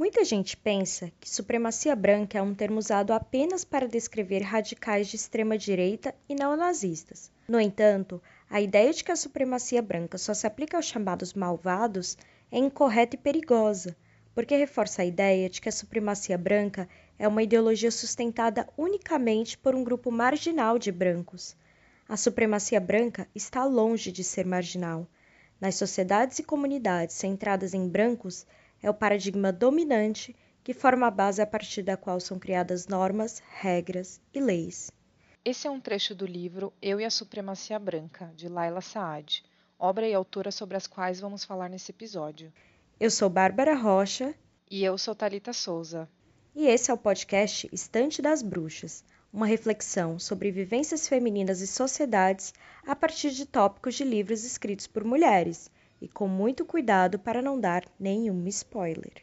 Muita gente pensa que supremacia branca é um termo usado apenas para descrever radicais de extrema-direita e neonazistas. No entanto, a ideia de que a supremacia branca só se aplica aos chamados malvados é incorreta e perigosa, porque reforça a ideia de que a supremacia branca é uma ideologia sustentada unicamente por um grupo marginal de brancos. A supremacia branca está longe de ser marginal. Nas sociedades e comunidades centradas em brancos, é o paradigma dominante que forma a base a partir da qual são criadas normas, regras e leis. Esse é um trecho do livro Eu e a Supremacia Branca, de Layla Saad, obra e autora sobre as quais vamos falar nesse episódio. Eu sou Bárbara Rocha. E eu sou Thalita Souza. E esse é o podcast Estante das Bruxas, uma reflexão sobre vivências femininas e sociedades a partir de tópicos de livros escritos por mulheres, e com muito cuidado para não dar nenhum spoiler.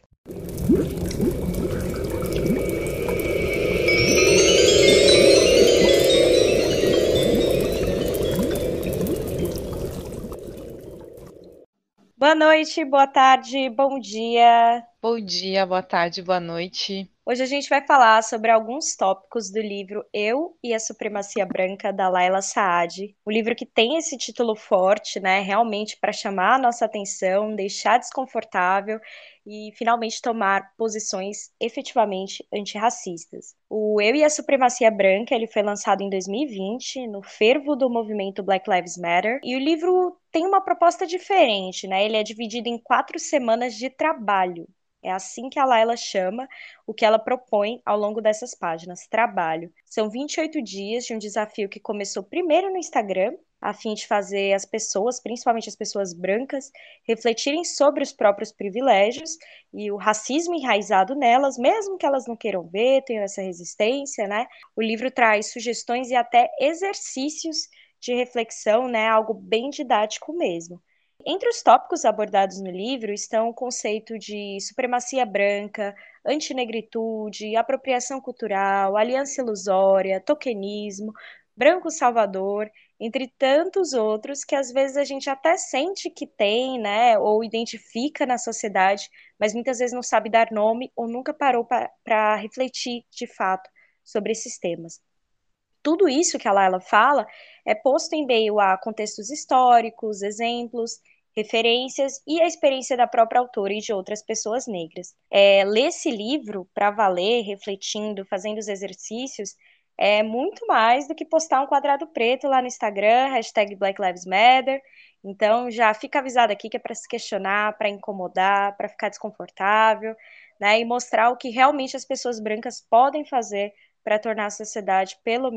Boa noite, boa tarde, bom dia. Bom dia, boa tarde, boa noite. Hoje a gente vai falar sobre alguns tópicos do livro Eu e a Supremacia Branca, da Layla Saad. O livro que tem esse título forte, né, realmente para chamar a nossa atenção, deixar desconfortável e finalmente tomar posições efetivamente antirracistas. O Eu e a Supremacia Branca, ele foi lançado em 2020, no fervo do movimento Black Lives Matter, e o livro tem uma proposta diferente, né? Ele é dividido em 4 semanas de trabalho. É assim que a Layla chama o que ela propõe ao longo dessas páginas, trabalho. São 28 dias de um desafio que começou primeiro no Instagram, a fim de fazer as pessoas, principalmente as pessoas brancas, refletirem sobre os próprios privilégios e o racismo enraizado nelas, mesmo que elas não queiram ver, tenham essa resistência, né? O livro traz sugestões e até exercícios de reflexão, né? Algo bem didático mesmo. Entre os tópicos abordados no livro estão o conceito de supremacia branca, antinegritude, apropriação cultural, aliança ilusória, tokenismo, branco salvador, entre tantos outros que às vezes a gente até sente que tem, né, ou identifica na sociedade, mas muitas vezes não sabe dar nome ou nunca parou para refletir de fato sobre esses temas. Tudo isso que a Laila fala é posto em meio a contextos históricos, exemplos, referências e a experiência da própria autora e de outras pessoas negras. Ler esse livro para valer, refletindo, fazendo os exercícios, é muito mais do que postar um quadrado preto lá no Instagram, hashtag Black Lives Matter. Então, já fica avisado aqui que é para se questionar, para incomodar, para ficar desconfortável, né? E mostrar o que realmente as pessoas brancas podem fazer para tornar a sociedade, pelo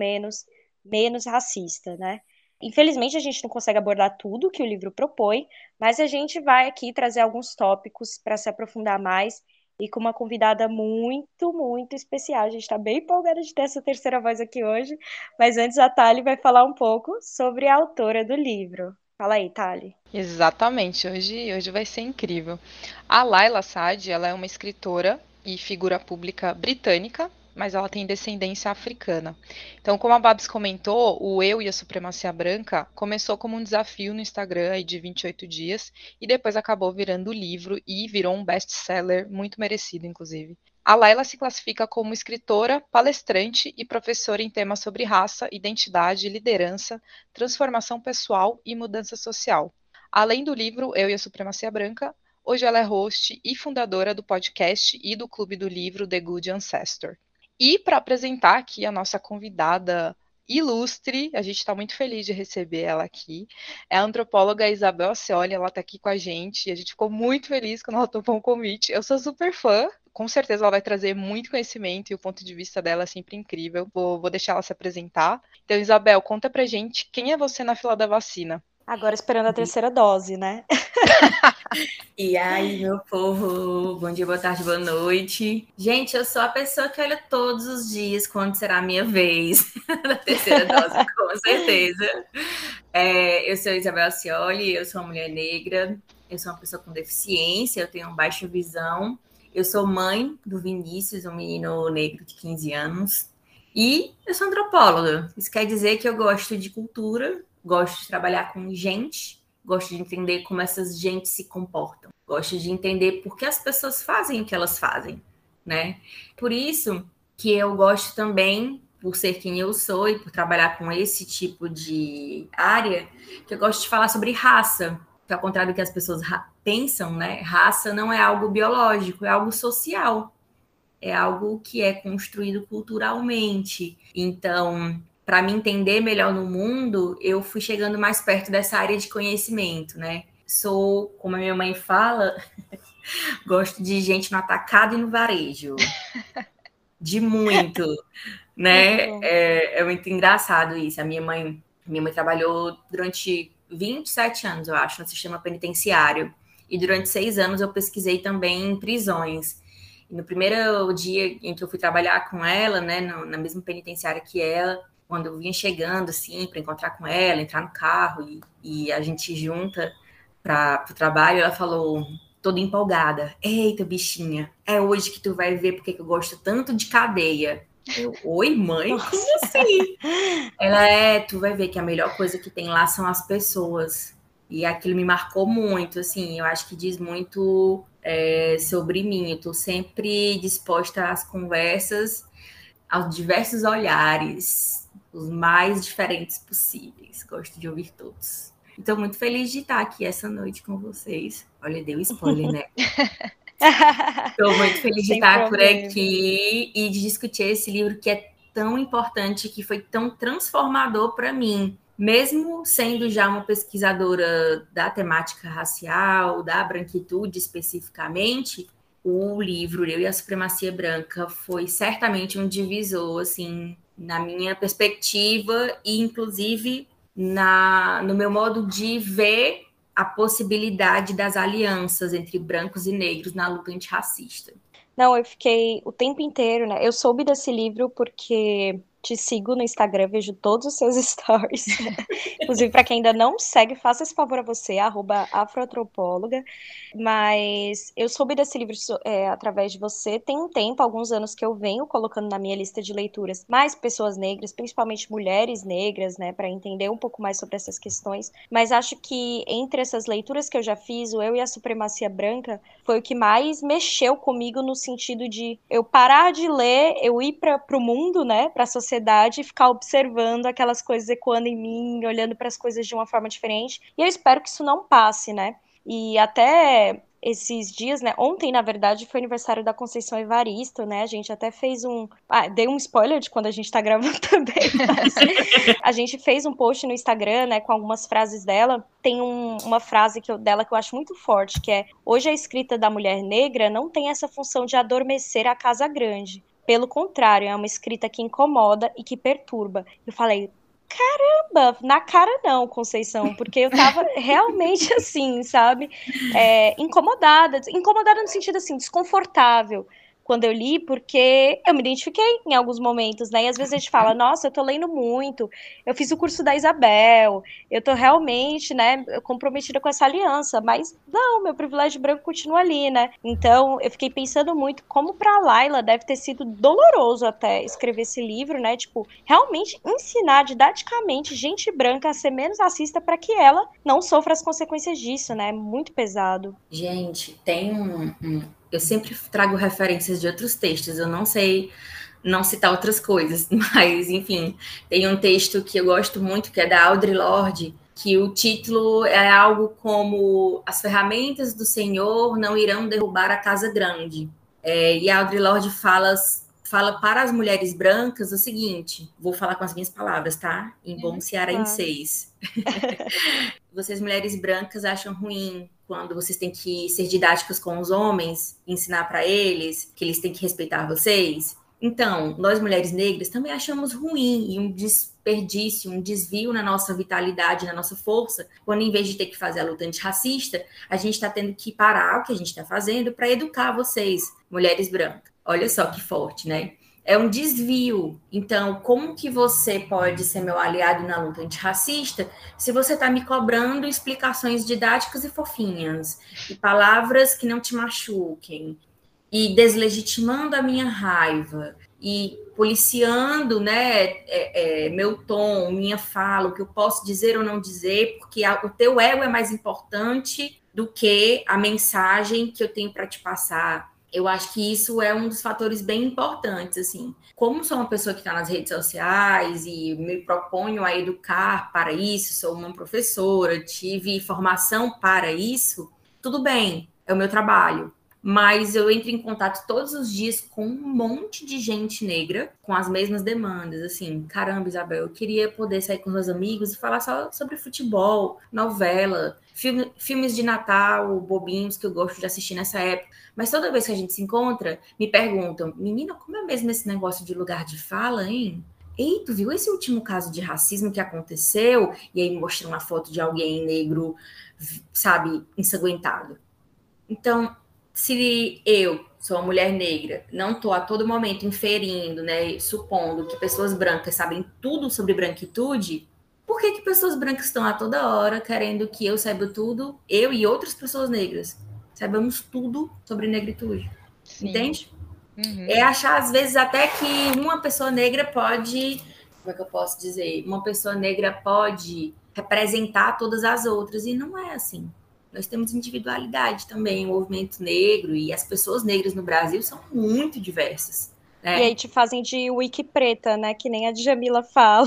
menos racista, né? Infelizmente, a gente não consegue abordar tudo que o livro propõe, mas a gente vai aqui trazer alguns tópicos para se aprofundar mais e com uma convidada muito especial. A gente está bem empolgada de ter essa terceira voz aqui hoje, mas antes a Thali vai falar um pouco sobre a autora do livro. Fala aí, Thali. Exatamente, hoje vai ser incrível. A Layla Saad, ela é uma escritora e figura pública britânica, mas ela tem descendência africana. Então, como a Babs comentou, o Eu e a Supremacia Branca começou como um desafio no Instagram aí de 28 dias e depois acabou virando livro e virou um best-seller muito merecido, inclusive. A Layla se classifica como escritora, palestrante e professora em temas sobre raça, identidade, liderança, transformação pessoal e mudança social. Além do livro Eu e a Supremacia Branca, hoje ela é host e fundadora do podcast e do clube do livro The Good Ancestor. E para apresentar aqui a nossa convidada ilustre, a gente está muito feliz de receber ela aqui, é a antropóloga Isabel Acioli, ela está aqui com a gente, e a gente ficou muito feliz quando ela topou o convite. Eu sou super fã, com certeza ela vai trazer muito conhecimento e o ponto de vista dela é sempre incrível. Vou deixar ela se apresentar. Então, Isabel, conta pra gente quem é você na fila da vacina. Agora esperando a terceira dose, né? E aí, meu povo, bom dia, boa tarde, boa noite. Gente, eu sou a pessoa que olha todos os dias quando será a minha vez da terceira dose, com certeza. Eu sou Isabel Acioli, eu sou uma mulher negra, eu sou uma pessoa com deficiência, eu tenho baixa visão, eu sou mãe do Vinícius, um menino negro de 15 anos, e eu sou antropóloga. Isso quer dizer que eu gosto de cultura, gosto de trabalhar com gente, gosto de entender como essas gentes se comportam. Gosto de entender por que as pessoas fazem o que elas fazem, né? Por isso que eu gosto também, por ser quem eu sou e por trabalhar com esse tipo de área, que eu gosto de falar sobre raça, que ao contrário do que as pessoas pensam, né? Raça não é algo biológico, é algo social. É algo que é construído culturalmente. Então, para me entender melhor no mundo, eu fui chegando mais perto dessa área de conhecimento, né? Sou, como a minha mãe fala, gosto de gente no atacado e no varejo. De muito, né? É muito engraçado isso. Minha mãe trabalhou durante 27 anos, eu acho, no sistema penitenciário. E durante 6 anos eu pesquisei também em prisões. E no primeiro dia em que eu fui trabalhar com ela, né, na mesma penitenciária que ela, quando eu vinha chegando, assim, para encontrar com ela, entrar no carro e a gente junta para o trabalho, ela falou, toda empolgada, eita, bichinha, é hoje que tu vai ver porque que eu gosto tanto de cadeia. Eu, oi, mãe? Nossa. Como assim? Tu vai ver que a melhor coisa que tem lá são as pessoas. E aquilo me marcou muito, assim, eu acho que diz muito sobre mim. Eu tô sempre disposta às conversas, aos diversos olhares, os mais diferentes possíveis. Gosto de ouvir todos. Estou muito feliz de estar aqui essa noite com vocês. Olha, deu spoiler, né? Estou muito feliz de estar por aqui e de discutir esse livro que é tão importante, que foi tão transformador para mim. Mesmo sendo já uma pesquisadora da temática racial, da branquitude especificamente, o livro Eu e a Supremacia Branca foi certamente um divisor, assim, na minha perspectiva e, inclusive, no meu modo de ver a possibilidade das alianças entre brancos e negros na luta antirracista. Não, eu fiquei o tempo inteiro, né? Eu soube desse livro porque te sigo no Instagram, vejo todos os seus stories. Inclusive, para quem ainda não segue, faça esse favor a você, @afroantropóloga. Mas eu soube desse livro através de você. Tem um tempo, alguns anos que eu venho colocando na minha lista de leituras mais pessoas negras, principalmente mulheres negras, né, para entender um pouco mais sobre essas questões. Mas acho que entre essas leituras que eu já fiz, o Eu e a Supremacia Branca foi o que mais mexeu comigo no sentido de eu parar de ler, eu ir para o mundo, né, para a sociedade e ficar observando aquelas coisas ecoando em mim, olhando para as coisas de uma forma diferente. E eu espero que isso não passe, né? E até esses dias, né? Ontem, na verdade, foi aniversário da Conceição Evaristo, né? A gente até fez dei um spoiler de quando a gente tá gravando também, mas a gente fez um post no Instagram, né? Com algumas frases dela. Tem uma frase dela que eu acho muito forte, que é: hoje a escrita da mulher negra não tem essa função de adormecer a casa grande. Pelo contrário, é uma escrita que incomoda e que perturba. Eu falei, caramba, na cara não, Conceição, porque eu tava realmente assim, sabe? Incomodada no sentido assim, desconfortável quando eu li, porque eu me identifiquei em alguns momentos, né? E às vezes a gente fala, nossa, eu tô lendo muito, eu fiz o curso da Isabel, eu tô realmente, né, comprometida com essa aliança, mas não, meu privilégio branco continua ali, né? Então, eu fiquei pensando muito como pra Laila deve ter sido doloroso até escrever esse livro, né? Tipo, realmente ensinar didaticamente gente branca a ser menos racista para que ela não sofra as consequências disso, né? Muito pesado. Gente, tem eu sempre trago referências de outros textos, eu não sei não citar outras coisas, mas, enfim, tem um texto que eu gosto muito, que é da Audre Lorde, que o título é algo como As ferramentas do Senhor não irão derrubar a casa grande. E a Audre Lorde fala para as mulheres brancas o seguinte, vou falar com as minhas palavras, tá? Em bom cearenseis. Vocês, mulheres brancas, acham ruim quando vocês têm que ser didáticas com os homens, ensinar para eles que eles têm que respeitar vocês? Então, nós, mulheres negras, também achamos ruim e um desperdício, um desvio na nossa vitalidade, na nossa força, quando em vez de ter que fazer a luta antirracista, a gente está tendo que parar o que a gente está fazendo para educar vocês, mulheres brancas. Olha só que forte, né? É um desvio. Então, como que você pode ser meu aliado na luta antirracista se você está me cobrando explicações didáticas e fofinhas, e palavras que não te machuquem, e deslegitimando a minha raiva, e policiando, né, meu tom, minha fala, o que eu posso dizer ou não dizer, porque o teu ego é mais importante do que a mensagem que eu tenho para te passar. Eu acho que isso é um dos fatores bem importantes, assim. Como sou uma pessoa que está nas redes sociais e me proponho a educar para isso, sou uma professora, tive formação para isso, tudo bem, é o meu trabalho. Mas eu entro em contato todos os dias com um monte de gente negra com as mesmas demandas, assim, caramba, Isabel, eu queria poder sair com meus amigos e falar só sobre futebol, novela, filmes de Natal, bobinhos que eu gosto de assistir nessa época. Mas toda vez que a gente se encontra, me perguntam, menina, como é mesmo esse negócio de lugar de fala, hein? Ei, tu viu esse último caso de racismo que aconteceu? E aí mostra uma foto de alguém negro, sabe, ensanguentado. Então, se eu sou uma mulher negra, não estou a todo momento inferindo, né, supondo que pessoas brancas sabem tudo sobre branquitude, por que pessoas brancas estão a toda hora querendo que eu saiba tudo, eu e outras pessoas negras saibamos tudo sobre negritude? Sim. Entende? Uhum. É achar, às vezes, até que uma pessoa negra pode, como é que eu posso dizer? Uma pessoa negra pode representar todas as outras, e não é assim. Nós temos individualidade também, o movimento negro e as pessoas negras no Brasil são muito diversas. Né? E aí te fazem de wiki preta, né? Que nem a Djamila fala.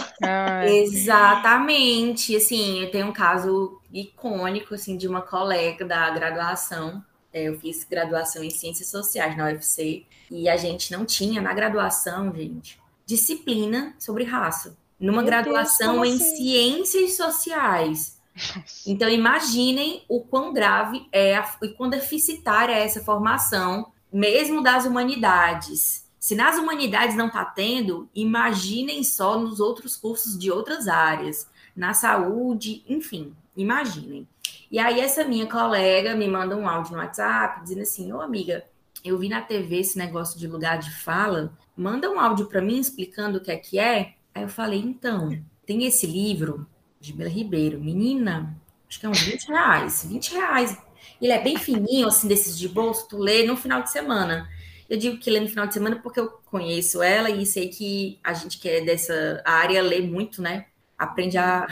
Exatamente. Assim, eu tenho um caso icônico, assim, de uma colega da graduação. Eu fiz graduação em Ciências Sociais na UFC e a gente não tinha na graduação, gente, disciplina sobre raça. Numa graduação em Ciências Sociais. Então, imaginem o quão grave e quão deficitária é essa formação, mesmo das humanidades. Se nas humanidades não está tendo, imaginem só nos outros cursos de outras áreas, na saúde, enfim, imaginem. E aí, essa minha colega me manda um áudio no WhatsApp, dizendo assim, ô amiga, eu vi na TV esse negócio de lugar de fala, manda um áudio para mim explicando o que é. Aí eu falei, então, tem esse livro de Bela Ribeiro, menina, acho que é uns 20 reais, 20 reais. Ele é bem fininho, assim, desses de bolso, tu lê no final de semana. Eu digo que lê no final de semana porque eu conheço ela e sei que a gente que é dessa área lê muito, né? Aprende a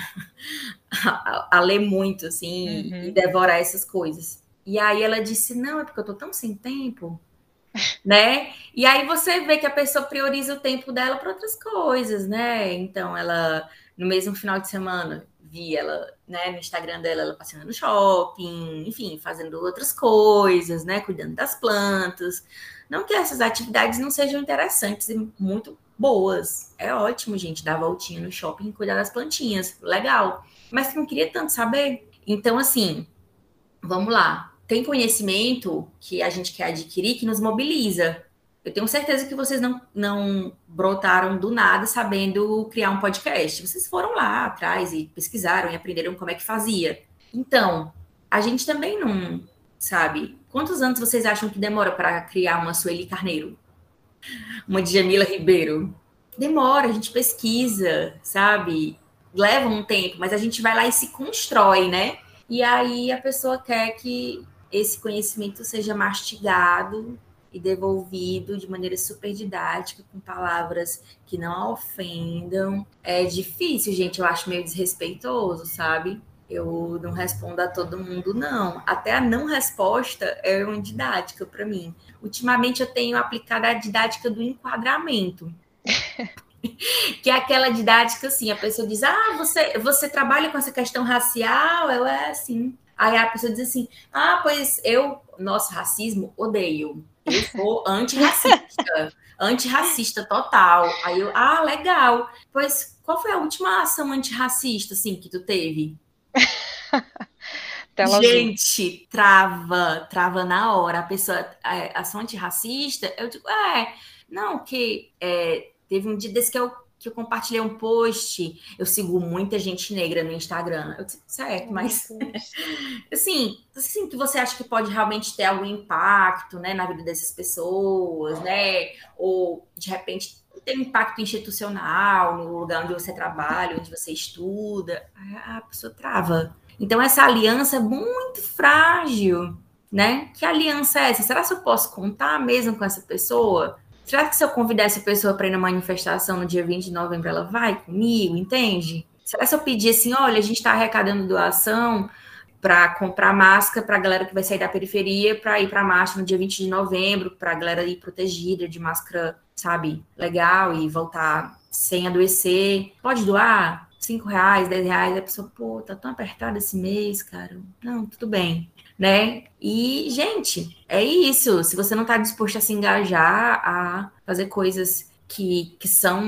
ler muito, assim, e devorar essas coisas. E aí ela disse, não, é porque eu tô tão sem tempo, né? E aí você vê que a pessoa prioriza o tempo dela para outras coisas, né? Então, ela, no mesmo final de semana, vi ela, né, no Instagram dela, ela passeando no shopping, enfim, fazendo outras coisas, né? Cuidando das plantas. Não que essas atividades não sejam interessantes e muito boas. É ótimo, gente, dar voltinha no shopping e cuidar das plantinhas. Legal. Mas não queria tanto saber. Então, assim, vamos lá. Tem conhecimento que a gente quer adquirir que nos mobiliza. Eu tenho certeza que vocês não brotaram do nada sabendo criar um podcast. Vocês foram lá atrás e pesquisaram e aprenderam como é que fazia. Então, a gente também não sabe. Quantos anos vocês acham que demora para criar uma Sueli Carneiro? Uma Djamila Ribeiro? Demora, a gente pesquisa, sabe? Leva um tempo, mas a gente vai lá e se constrói, né? E aí a pessoa quer que esse conhecimento seja mastigado e devolvido de maneira super didática, com palavras que não a ofendam. É difícil, gente, eu acho meio desrespeitoso, sabe? Eu não respondo a todo mundo, não. Até a não resposta é uma didática para mim. Ultimamente eu tenho aplicado a didática do enquadramento. Que é aquela didática assim, a pessoa diz, você trabalha com essa questão racial? Eu, assim. Aí a pessoa diz assim, pois nosso racismo, odeio. Eu sou antirracista total. Aí eu, legal. Pois qual foi a última ação antirracista, assim, que tu teve? Gente, trava na hora. A pessoa, ação antirracista, eu digo, não, que teve um dia desse que eu compartilhei um post, eu sigo muita gente negra no Instagram, eu disse, certo, mas assim, que você acha que pode realmente ter algum impacto, né, na vida dessas pessoas, né, ou de repente ter um impacto institucional no lugar onde você trabalha, onde você estuda, a pessoa trava. Então essa aliança é muito frágil, né? Que aliança é essa? Será que eu posso contar mesmo com essa pessoa? Será que se eu convidar essa pessoa para ir na manifestação no dia 20 de novembro, ela vai comigo, entende? Será que se eu pedir assim, olha, a gente está arrecadando doação para comprar máscara para a galera que vai sair da periferia para ir para a marcha no dia 20 de novembro, para a galera ir protegida de máscara, sabe, legal e voltar sem adoecer. Pode doar R$ 5, R$ 10. A pessoa, pô, tá tão apertado esse mês, cara. Não, tudo bem, né? E, gente, é isso. Se você não está disposto a se engajar, a fazer coisas que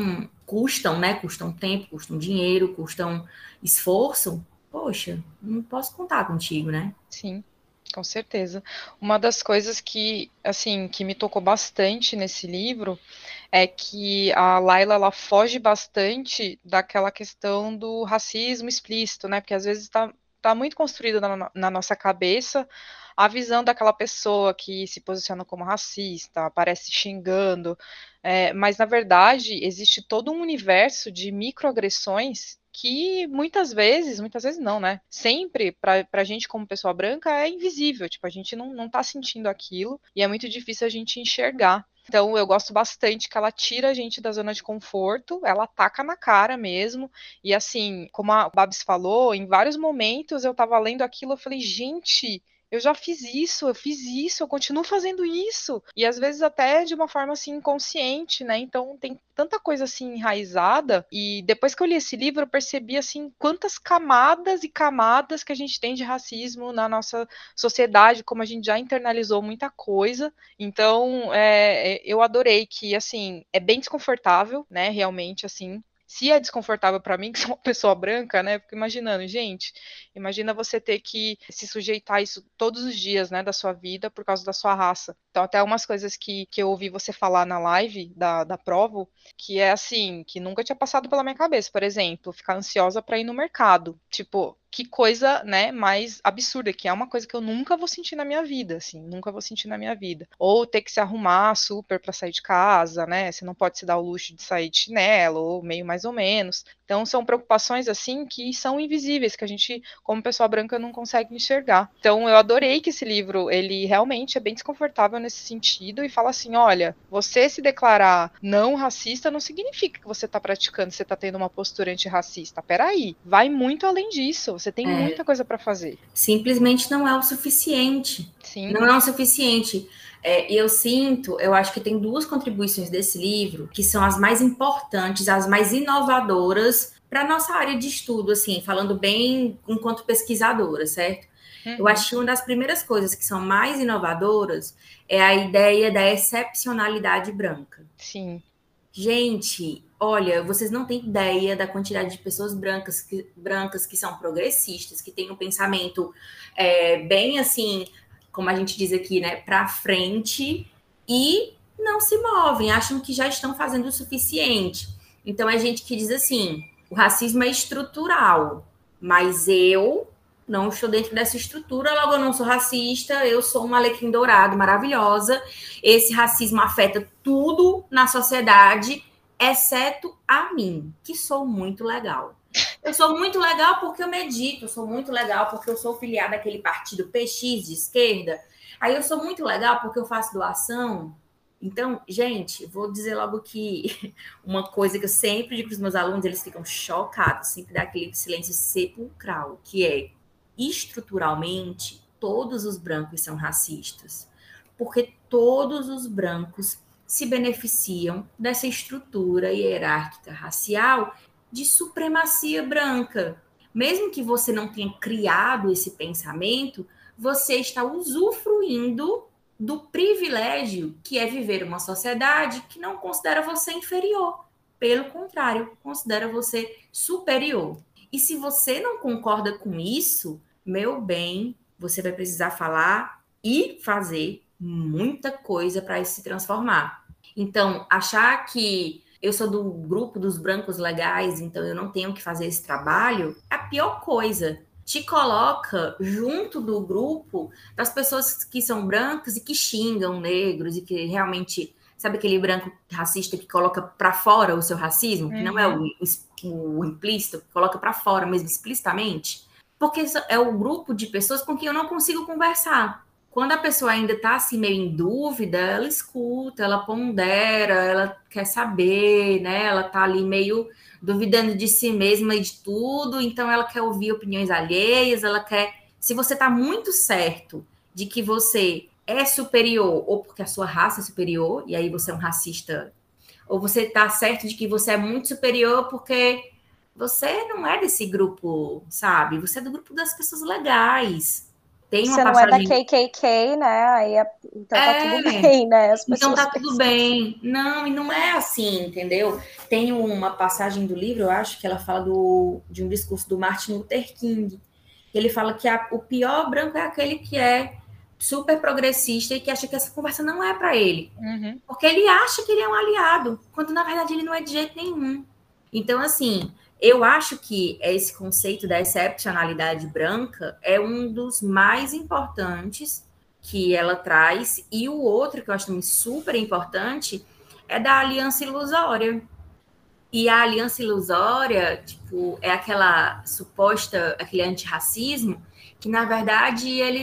custam, né? Custam tempo, custam dinheiro, custam esforço, poxa, não posso contar contigo, né? Sim, com certeza. Uma das coisas que, assim, que me tocou bastante nesse livro é que a Laila, ela foge bastante daquela questão do racismo explícito, né? Porque às vezes tá muito construído na nossa cabeça a visão daquela pessoa que se posiciona como racista, aparece xingando, mas na verdade existe todo um universo de microagressões que muitas vezes não, né? Sempre, pra gente como pessoa branca, é invisível, tipo, a gente não tá sentindo aquilo e é muito difícil a gente enxergar. Então, eu gosto bastante que ela tira a gente da zona de conforto, ela ataca na cara mesmo, e assim, como a Babs falou, em vários momentos eu tava lendo aquilo, eu falei, gente, eu já fiz isso, eu continuo fazendo isso, e às vezes até de uma forma assim inconsciente, né? Então tem tanta coisa assim enraizada, e depois que eu li esse livro eu percebi assim quantas camadas e camadas que a gente tem de racismo na nossa sociedade, como a gente já internalizou muita coisa. Então eu adorei que assim é bem desconfortável, né? Realmente assim. Se é desconfortável para mim, que sou uma pessoa branca, né? Porque imaginando, gente, imagina você ter que se sujeitar a isso todos os dias, né, da sua vida por causa da sua raça. Então, até umas coisas que eu ouvi você falar na live da Provo, que é assim, que nunca tinha passado pela minha cabeça. Por exemplo, ficar ansiosa para ir no mercado. Tipo, que coisa, né, mais absurda, que é uma coisa que eu nunca vou sentir na minha vida, assim, nunca vou sentir na minha vida. Ou ter que se arrumar super para sair de casa, né? Você não pode se dar o luxo de sair de chinelo, ou meio mais ou menos. Então, são preocupações, assim, que são invisíveis, que a gente, como pessoa branca, não consegue enxergar. Então, eu adorei que esse livro, ele realmente é bem desconfortável nesse sentido e fala assim, olha, você se declarar não racista não significa que você está praticando, você está tendo uma postura antirracista. Peraí, vai muito além disso, você tem muita coisa para fazer. Simplesmente não é o suficiente. Sim. Não é o suficiente. Eu acho que tem duas contribuições desse livro que são as mais importantes, as mais inovadoras para a nossa área de estudo, assim, falando bem enquanto pesquisadora, certo? Eu acho que uma das primeiras coisas que são mais inovadoras é a ideia da excepcionalidade branca. Sim. Gente, olha, vocês não têm ideia da quantidade de pessoas brancas que são progressistas, que têm um pensamento bem assim, como a gente diz aqui, né, para frente e não se movem, acham que já estão fazendo o suficiente. Então é gente que diz assim, o racismo é estrutural, mas eu não estou dentro dessa estrutura, logo eu não sou racista, eu sou um alecrim dourado, maravilhosa. Esse racismo afeta tudo na sociedade, exceto a mim, que sou muito legal. Eu sou muito legal porque eu medito, eu sou muito legal porque eu sou filiada àquele partido PX de esquerda. Aí eu sou muito legal porque eu faço doação. Então, gente, vou dizer logo que uma coisa que eu sempre digo para os meus alunos, eles ficam chocados, sempre dá aquele silêncio sepulcral, que é, estruturalmente, todos os brancos são racistas, porque todos os brancos se beneficiam dessa estrutura hierárquica racial de supremacia branca. Mesmo que você não tenha criado esse pensamento, você está usufruindo do privilégio que é viver uma sociedade que não considera você inferior. Pelo contrário, considera você superior. E se você não concorda com isso, meu bem, você vai precisar falar e fazer muita coisa para se transformar. Então, achar que eu sou do grupo dos brancos legais, então eu não tenho que fazer esse trabalho, é a pior coisa. Te coloca junto do grupo das pessoas que são brancas e que xingam negros e que realmente, sabe aquele branco racista que coloca para fora o seu racismo, que não é o implícito, que coloca para fora mesmo explicitamente? Porque é o grupo de pessoas com quem eu não consigo conversar. Quando a pessoa ainda está assim meio em dúvida, ela escuta, ela pondera, ela quer saber, né? Ela está ali meio duvidando de si mesma e de tudo, então ela quer ouvir opiniões alheias, ela quer Se você está muito certo de que você é superior, ou porque a sua raça é superior, e aí você é um racista, ou você está certo de que você é muito superior porque você não é desse grupo, sabe? Você é do grupo das pessoas legais. Tem uma Você não é da passagem. KKK, né? Então tá tudo É, bem, né? As então pessoas tá tudo pensam. bem. Não, e não é assim, entendeu? Tem uma passagem do livro, eu acho que ela fala de um discurso do Martin Luther King. Ele fala que o pior branco é aquele que é super progressista e que acha que essa conversa não é para ele. Uhum. Porque ele acha que ele é um aliado, quando na verdade ele não é de jeito nenhum. Então, assim, eu acho que esse conceito da excepcionalidade branca é um dos mais importantes que ela traz, e o outro que eu acho também super importante é da aliança ilusória. E a aliança ilusória, tipo, é aquela suposta, aquele antirracismo, que na verdade ele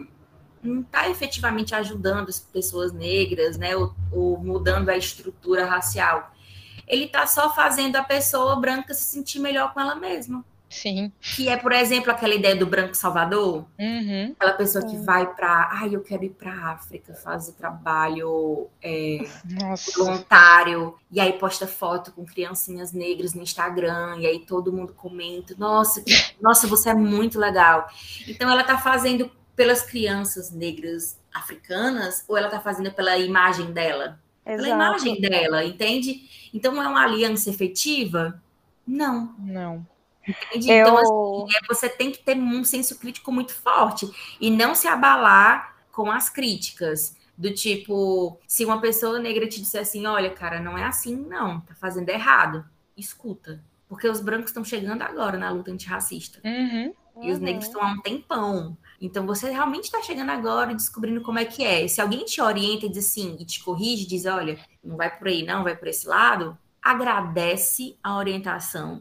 não está efetivamente ajudando as pessoas negras, né, ou mudando a estrutura racial. Ele está só fazendo a pessoa branca se sentir melhor com ela mesma. Sim. Que é, por exemplo, aquela ideia do branco salvador. Uhum. Aquela pessoa que vai para, eu quero ir para a África fazer trabalho Nossa. voluntário, e aí posta foto com criancinhas negras no Instagram, e aí todo mundo comenta, nossa, você é muito legal. Então ela está fazendo pelas crianças negras africanas, ou ela está fazendo pela imagem dela? Pela Exato. imagem dela, entende? Então é uma aliança efetiva? Não. Não. Entende? Então, assim, você tem que ter um senso crítico muito forte e não se abalar com as críticas. Do tipo, se uma pessoa negra te disser assim, olha, cara, não é assim, não, tá fazendo errado, escuta. Porque os brancos estão chegando agora na luta antirracista. Uhum. E os negros estão há um tempão. Então, você realmente está chegando agora e descobrindo como é que é. E se alguém te orienta e diz assim, e te corrige, diz, olha, não vai por aí não, vai por esse lado, agradece a orientação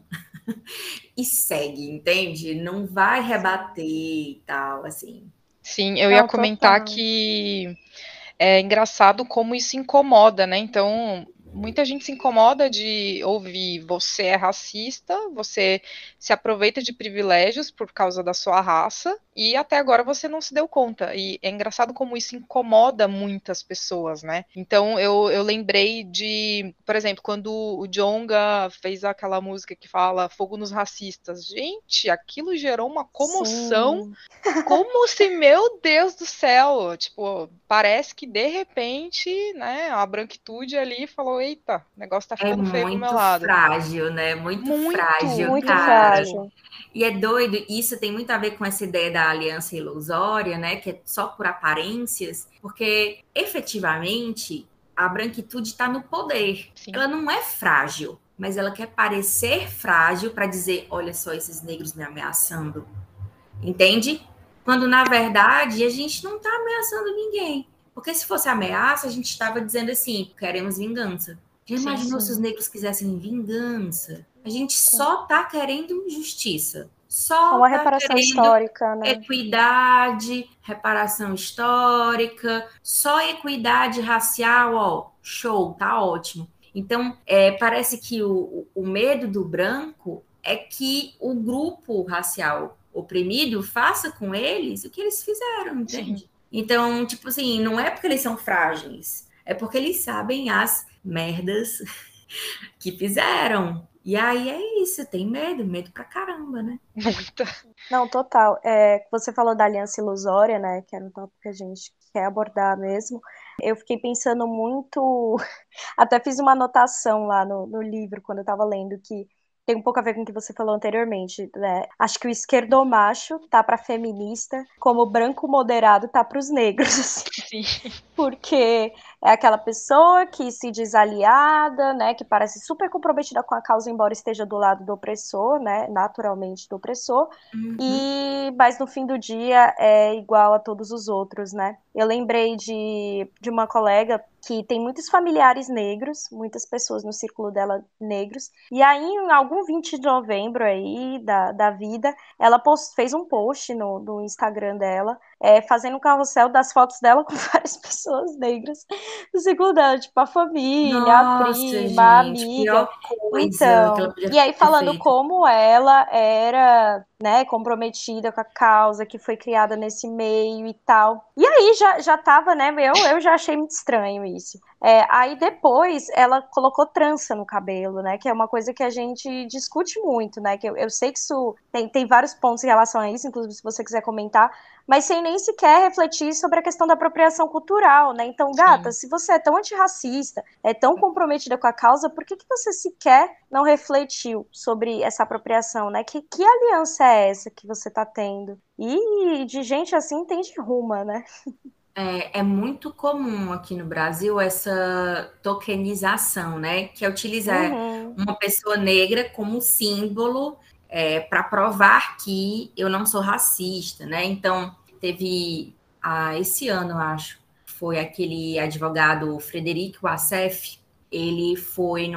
e segue, entende? Não vai rebater e tal, assim. Sim, eu ia Não, comentar total. que é engraçado como isso incomoda, né? Então, muita gente se incomoda de ouvir você é racista, você se aproveita de privilégios por causa da sua raça e até agora você não se deu conta. E é engraçado como isso incomoda muitas pessoas, né? Então, eu lembrei de, por exemplo, quando o Djonga fez aquela música que fala Fogo nos Racistas. Gente, aquilo gerou uma comoção. Sim. Como se, meu Deus do céu, tipo, parece que de repente, né, a branquitude ali falou, eita, o negócio tá É ficando feio pro meu muito lado. frágil, né? Muito Muito, frágil, Muito cara. frágil. E é doido, isso tem muito a ver com essa ideia da aliança ilusória, né? Que é só por aparências, porque efetivamente a branquitude está no poder. sim. Ela não é frágil, mas ela quer parecer frágil para dizer: olha só esses negros me ameaçando. Entende? Quando na verdade a gente não está ameaçando ninguém. Porque se fosse ameaça, a gente estava dizendo assim: queremos vingança. Já Sim. imaginou se os Sim. negros quisessem vingança? A gente Sim. só está querendo justiça. É Só uma está reparação querendo histórica, né? equidade, reparação histórica, só equidade racial, ó, show, tá ótimo. Então, parece que o medo do branco é que o grupo racial oprimido faça com eles o que eles fizeram, Sim. entende? Então, tipo assim, não é porque eles são frágeis, é porque eles sabem as merdas que fizeram. E aí é isso, tem medo pra caramba, né? Muita. Não, total. Você falou da aliança ilusória, né? Que era um tópico que a gente quer abordar mesmo. Eu fiquei pensando muito. Até fiz uma anotação lá no livro, quando eu estava lendo, que tem um pouco a ver com o que você falou anteriormente, né? Acho que o esquerdomacho tá para feminista, como o branco moderado tá para os negros, assim. Sim. Porque é aquela pessoa que se diz aliada, né, que parece super comprometida com a causa, embora esteja do lado do opressor, né, naturalmente do opressor, Uhum. mas no fim do dia é igual a todos os outros, né? Eu lembrei de uma colega que tem muitos familiares negros, muitas pessoas no círculo dela negros, e aí em algum 20 de novembro aí da vida, ela fez um post no Instagram dela, fazendo um carrossel das fotos dela com várias pessoas negras do ciclo dela, tipo a família, a Nossa, prima, a gente, amiga. pior coisa que ela Então, podia e aí ter falando feito. como ela era, né, comprometida com a causa, que foi criada nesse meio e tal. E aí já tava, né, eu já achei muito estranho isso. Aí depois ela colocou trança no cabelo, né, que é uma coisa que a gente discute muito, né, que eu sei que isso tem vários pontos em relação a isso, inclusive se você quiser comentar, mas sem nem sequer refletir sobre a questão da apropriação cultural, né? Então, gata, Sim. se você é tão antirracista, é tão comprometida com a causa, por que você sequer não refletiu sobre essa apropriação, né? Que aliança é essa que você tá tendo? E de gente assim tem de ruma, né? É muito comum aqui no Brasil essa tokenização, né? Que é utilizar Uhum. uma pessoa negra como símbolo para provar que eu não sou racista, né? Então, teve esse ano, eu acho, foi aquele advogado Frederico Assef, ele foi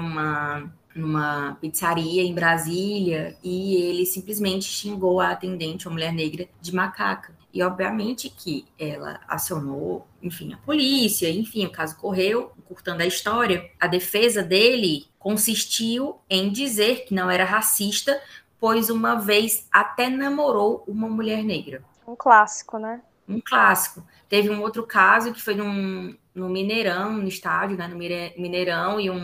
numa pizzaria em Brasília e ele simplesmente xingou a atendente, uma mulher negra, de macaca. E obviamente que ela acionou, enfim, a polícia, enfim, o caso correu, curtando a história. A defesa dele consistiu em dizer que não era racista, pois uma vez até namorou uma mulher negra. Um clássico, né? Um clássico. Teve um outro caso que foi no Mineirão, no estádio, né, no Mineirão, e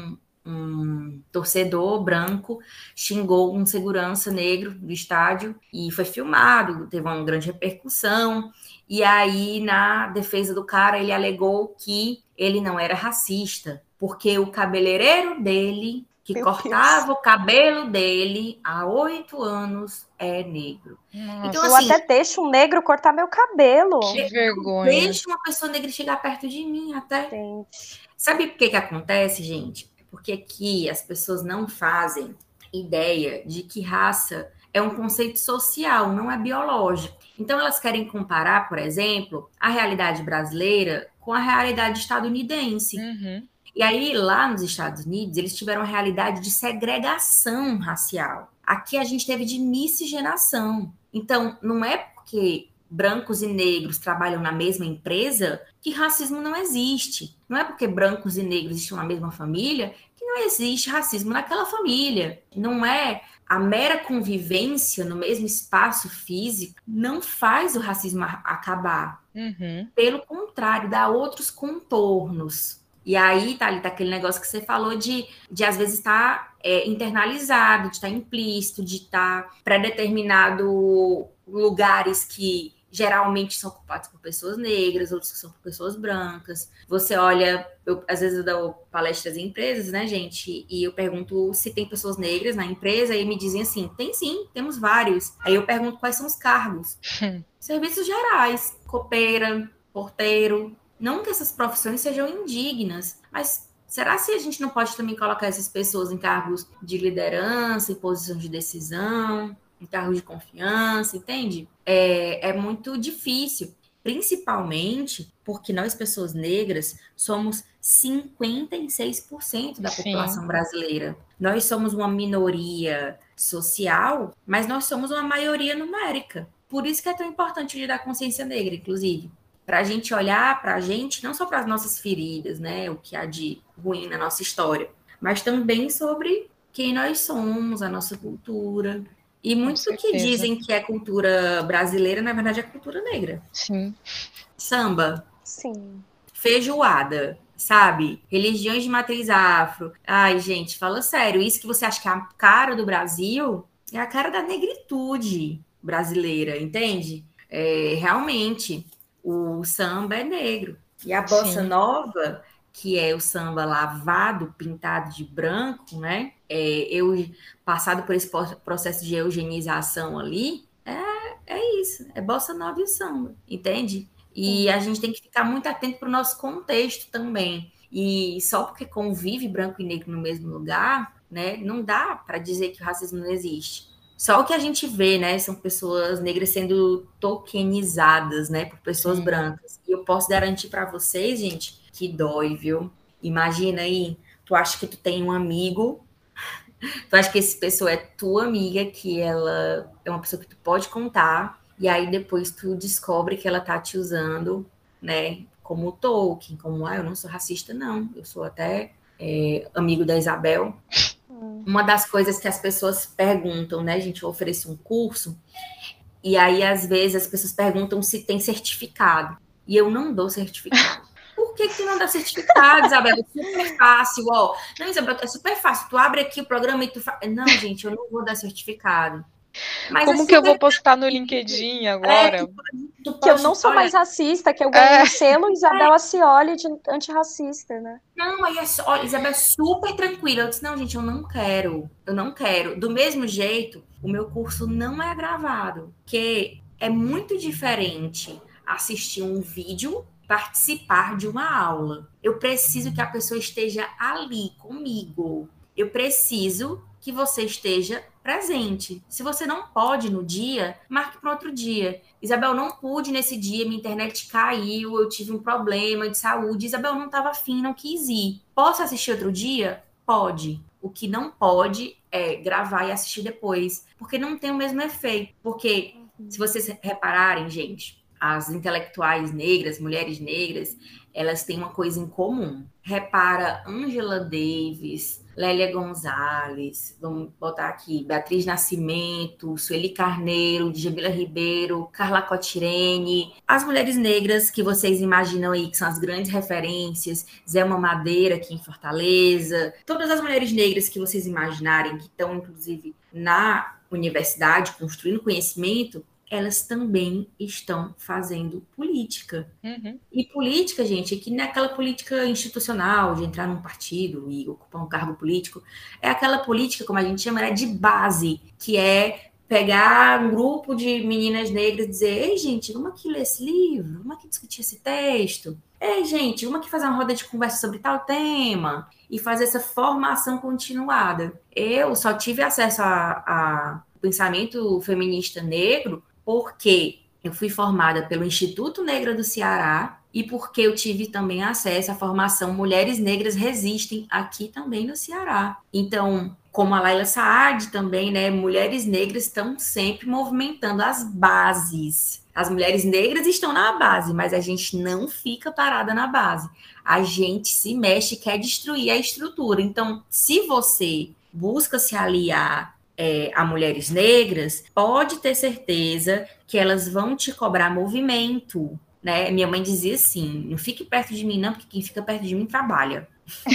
um torcedor branco xingou um segurança negro do estádio e foi filmado, teve uma grande repercussão. E aí, na defesa do cara, ele alegou que ele não era racista, porque o cabeleireiro dele, que Meu Deus. cortava o cabelo dele há 8 anos, é negro. Então, Nossa, Eu assim, até deixo um negro cortar meu cabelo. que vergonha. deixa uma pessoa negra chegar perto de mim até. Gente. Sabe por que acontece, gente? Porque aqui as pessoas não fazem ideia de que raça é um conceito social, não é biológico. Então elas querem comparar, por exemplo, a realidade brasileira com a realidade estadunidense. Uhum. E aí, lá nos Estados Unidos, eles tiveram uma realidade de segregação racial. Aqui a gente teve de miscigenação. Então, não é porque brancos e negros trabalham na mesma empresa que racismo não existe. Não é porque brancos e negros estão na mesma família que não existe racismo naquela família. Não é a mera convivência no mesmo espaço físico não faz o racismo acabar. Uhum. Pelo contrário, dá outros contornos. E aí, tá aquele negócio que você falou de às vezes estar internalizado, de estar implícito, de estar pré-determinado lugares que geralmente são ocupados por pessoas negras, outros que são por pessoas brancas. Você olha, às vezes eu dou palestras em empresas, né, gente? E eu pergunto se tem pessoas negras na empresa e me dizem assim, tem sim, temos vários. Aí eu pergunto quais são os cargos. Serviços gerais, copeira, porteiro. Não que essas profissões sejam indignas, mas será se a gente não pode também colocar essas pessoas em cargos de liderança, em posição de decisão, em cargos de confiança, entende? É muito difícil, principalmente porque nós, pessoas negras, somos 56% da Sim, população brasileira. Nós somos uma minoria social, mas nós somos uma maioria numérica. Por isso que é tão importante o Dia da Consciência Negra, inclusive. Para a gente olhar para a gente, não só para as nossas feridas, né? O que há de ruim na nossa história, mas também sobre quem nós somos, a nossa cultura. E com muito do que certeza. dizem que é cultura brasileira, na verdade, é cultura negra. Sim. Samba, Sim. feijoada, sabe? Religiões de matriz afro. Ai, gente, fala sério. Isso que você acha que é a cara do Brasil é a cara da negritude brasileira, entende? Realmente, o samba é negro. E a bossa Sim. nova, que é o samba lavado, pintado de branco, né? Passado por esse processo de eugenização ali, é isso. É bossa nova e o samba, entende? E a gente tem que ficar muito atento para o nosso contexto também. E só porque convive branco e negro no mesmo lugar, né, não dá para dizer que o racismo não existe. Só o que a gente vê, né, são pessoas negras sendo tokenizadas, né, por pessoas Sim. brancas. E eu posso garantir para vocês, gente, que dói, viu? Imagina aí, tu acha que tu tem um amigo, tu acha que essa pessoa é tua amiga, que ela é uma pessoa que tu pode contar, E aí depois tu descobre que ela tá te usando, né, como Tolkien, como, eu não sou racista, não, eu sou até amigo da Isabel. Uma das coisas que as pessoas perguntam, né, gente, eu ofereço um curso, e aí às vezes as pessoas perguntam se tem certificado, e eu não dou certificado. Por que tu não dá certificado, Isabel? É super fácil, ó. Não, Isabel, é super fácil. Tu abre aqui o programa e tu faz. Não, gente, eu não vou dar certificado. Mas é Como que eu super. vou postar no LinkedIn agora? Tu Que eu pode. não sou Olha, mais racista, que eu ganhei o selo Isabel Ascioli de antirracista, né? não, aí olha, Isabel é super tranquila. Eu disse, não, gente, eu não quero. Eu não quero. Do mesmo jeito, o meu curso não é gravado, que é muito diferente assistir um vídeo, participar de uma aula. Eu preciso que a pessoa esteja ali comigo. Eu preciso que você esteja presente. Se você não pode no dia, marque para outro dia. Isabel, não pude nesse dia, minha internet caiu, eu tive um problema de saúde. Isabel, não estava afim, não quis ir. Posso assistir outro dia? Pode. O que não pode é gravar e assistir depois, porque não tem o mesmo efeito. Porque, se vocês repararem, gente, as intelectuais negras, mulheres negras, elas têm uma coisa em comum. Repara Angela Davis, Lélia Gonzalez, vamos botar aqui, Beatriz Nascimento, Sueli Carneiro, Djamila Ribeiro, Carla Cotirene, as mulheres negras que vocês imaginam aí, que são as grandes referências, Zelma Madeira aqui em Fortaleza, todas as mulheres negras que vocês imaginarem, que estão, inclusive, na universidade, construindo conhecimento, elas também estão fazendo política. Uhum. E política, gente, é que não é aquela política institucional de entrar num partido e ocupar um cargo político. É aquela política, como a gente chama, né, de base, que é pegar um grupo de meninas negras e dizer: ei, gente, vamos aqui ler esse livro, vamos aqui discutir esse texto. Ei, gente, vamos aqui fazer uma roda de conversa sobre tal tema e fazer essa formação continuada. Eu só tive acesso a pensamento feminista negro porque eu fui formada pelo Instituto Negro do Ceará e porque eu tive também acesso à formação Mulheres Negras Resistem aqui também no Ceará. Então, como a Laila Saad também, né, mulheres negras estão sempre movimentando as bases. As mulheres negras estão na base, mas a gente não fica parada na base. A gente se mexe e quer destruir a estrutura. Então, se você busca se aliar a mulheres negras, pode ter certeza que elas vão te cobrar movimento, né? Minha mãe dizia assim, não fique perto de mim não, porque quem fica perto de mim trabalha.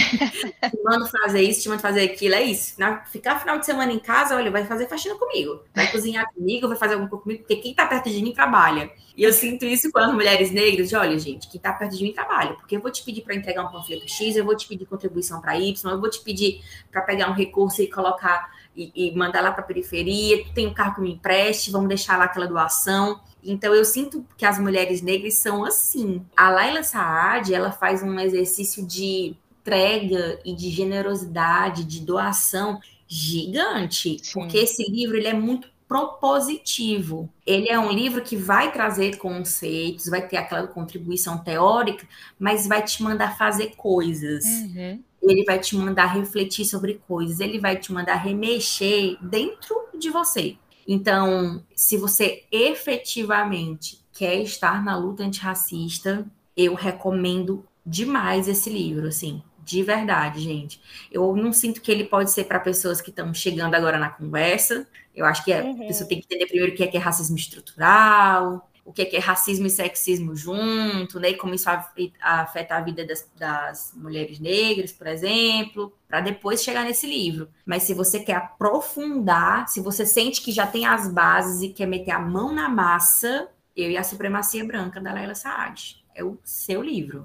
Te mando fazer isso, te mando fazer aquilo, é isso. Ficar final de semana em casa, olha, vai fazer faxina comigo, vai cozinhar comigo, vai fazer alguma coisa comigo, porque quem tá perto de mim trabalha. E eu sinto isso com as mulheres negras, de olha, gente, quem tá perto de mim trabalha, porque eu vou te pedir para entregar um panfleto X, eu vou te pedir contribuição para Y, eu vou te pedir para pegar um recurso e colocar e mandar lá para a periferia, tu tem um carro que me empreste, vamos deixar lá aquela doação. Então, eu sinto que as mulheres negras são assim. A Laila Saad, ela faz um exercício de entrega e de generosidade, de doação gigante, Sim. porque esse livro ele é muito propositivo. Ele é um livro que vai trazer conceitos, vai ter aquela contribuição teórica, mas vai te mandar fazer coisas. Uhum. Ele vai te mandar refletir sobre coisas, ele vai te mandar remexer dentro de você. Então, se você efetivamente quer estar na luta antirracista, eu recomendo demais esse livro, assim, de verdade, gente. Eu não sinto que ele pode ser para pessoas que estão chegando agora na conversa. Eu acho que a pessoa tem que entender primeiro o que é racismo estrutural, o que é racismo e sexismo junto, né? E como isso afeta a vida das mulheres negras, por exemplo, para depois chegar nesse livro. Mas se você quer aprofundar, se você sente que já tem as bases e quer meter a mão na massa, Eu e a Supremacia Branca, da Laila Saad. É o seu livro.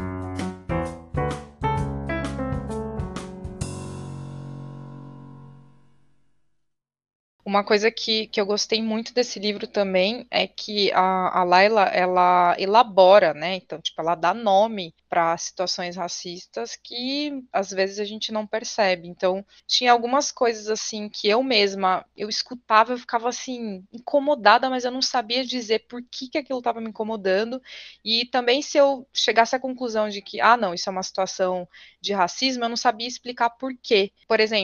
Uma coisa que eu gostei muito desse livro também é que a Laila, ela elabora, né? Então, tipo, ela dá nome para situações racistas que às vezes a gente não percebe. Então, tinha algumas coisas assim que eu mesma, eu escutava, eu ficava assim, incomodada, mas eu não sabia dizer por que aquilo estava me incomodando. E também se eu chegasse à conclusão de que, não, isso é uma situação de racismo, eu não sabia explicar por quê. Por exemplo,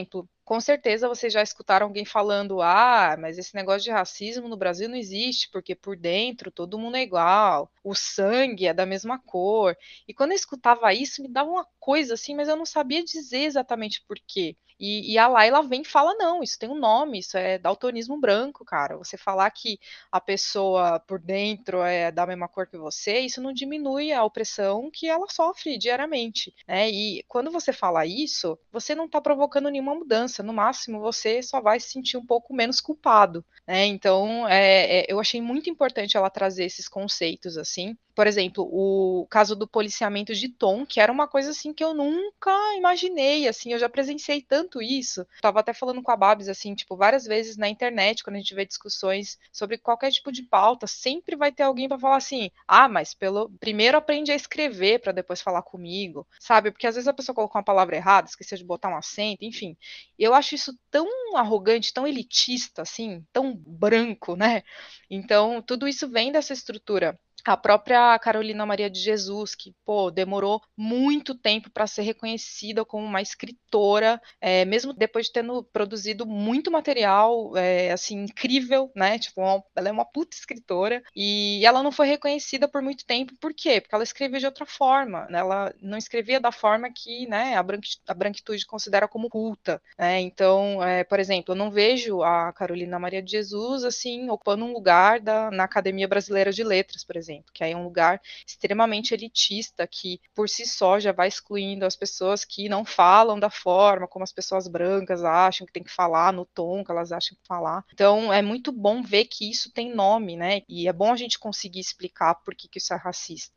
Com certeza vocês já escutaram alguém falando, mas esse negócio de racismo no Brasil não existe, porque por dentro todo mundo é igual, o sangue é da mesma cor. E quando eu escutava isso, me dava uma coisa assim, mas eu não sabia dizer exatamente por quê. E a Laila vem e fala, não, isso tem um nome, isso é daltonismo branco, cara. Você falar que a pessoa por dentro é da mesma cor que você, isso não diminui a opressão que ela sofre diariamente, né? E quando você fala isso, você não está provocando nenhuma mudança, no máximo você só vai se sentir um pouco menos culpado, né? Então, eu achei muito importante ela trazer esses conceitos, assim. Por exemplo, o caso do policiamento de tom, que era uma coisa assim que eu nunca imaginei, assim, eu já presenciei tanto isso. Tava até falando com a Babs, assim, tipo, várias vezes na internet, quando a gente vê discussões sobre qualquer tipo de pauta, sempre vai ter alguém para falar assim, mas primeiro aprende a escrever para depois falar comigo, sabe? Porque às vezes a pessoa colocou uma palavra errada, esqueceu de botar um acento, enfim. Eu acho isso tão arrogante, tão elitista, assim, tão branco, né? Então, tudo isso vem dessa estrutura. A própria Carolina Maria de Jesus, que, demorou muito tempo para ser reconhecida como uma escritora, mesmo depois de tendo produzido muito material, assim, incrível, né? Tipo, ela é uma puta escritora, e ela não foi reconhecida por muito tempo. Por quê? Porque ela escrevia de outra forma, né? Ela não escrevia da forma que, né, a branquitude considera como culta, né? Então, por exemplo, eu não vejo a Carolina Maria de Jesus, assim, ocupando um lugar na Academia Brasileira de Letras, por exemplo, que aí é um lugar extremamente elitista, que por si só já vai excluindo as pessoas que não falam da forma como as pessoas brancas acham que tem que falar, no tom que elas acham que falar. Então é muito bom ver que isso tem nome, né? E é bom a gente conseguir explicar por que isso é racista.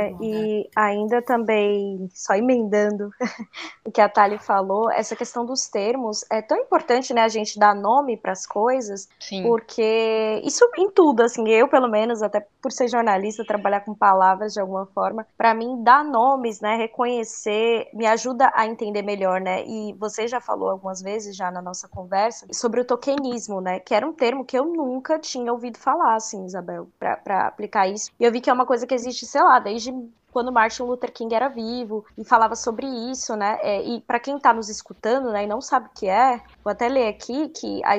E ainda também, só emendando o que a Thali falou, essa questão dos termos, é tão importante, né, a gente dar nome para as coisas. Sim. Porque isso em tudo, assim, eu pelo menos, até por ser jornalista, trabalhar com palavras de alguma forma, para mim dar nomes, né, reconhecer, me ajuda a entender melhor, né, e você já falou algumas vezes já na nossa conversa sobre o tokenismo, né, que era um termo que eu nunca tinha ouvido falar, assim, Isabel, para aplicar isso, e eu vi que é uma coisa que existe, sei lá, desde quando Martin Luther King era vivo e falava sobre isso, né? E para quem está nos escutando, né, e não sabe o que é, vou até ler aqui que a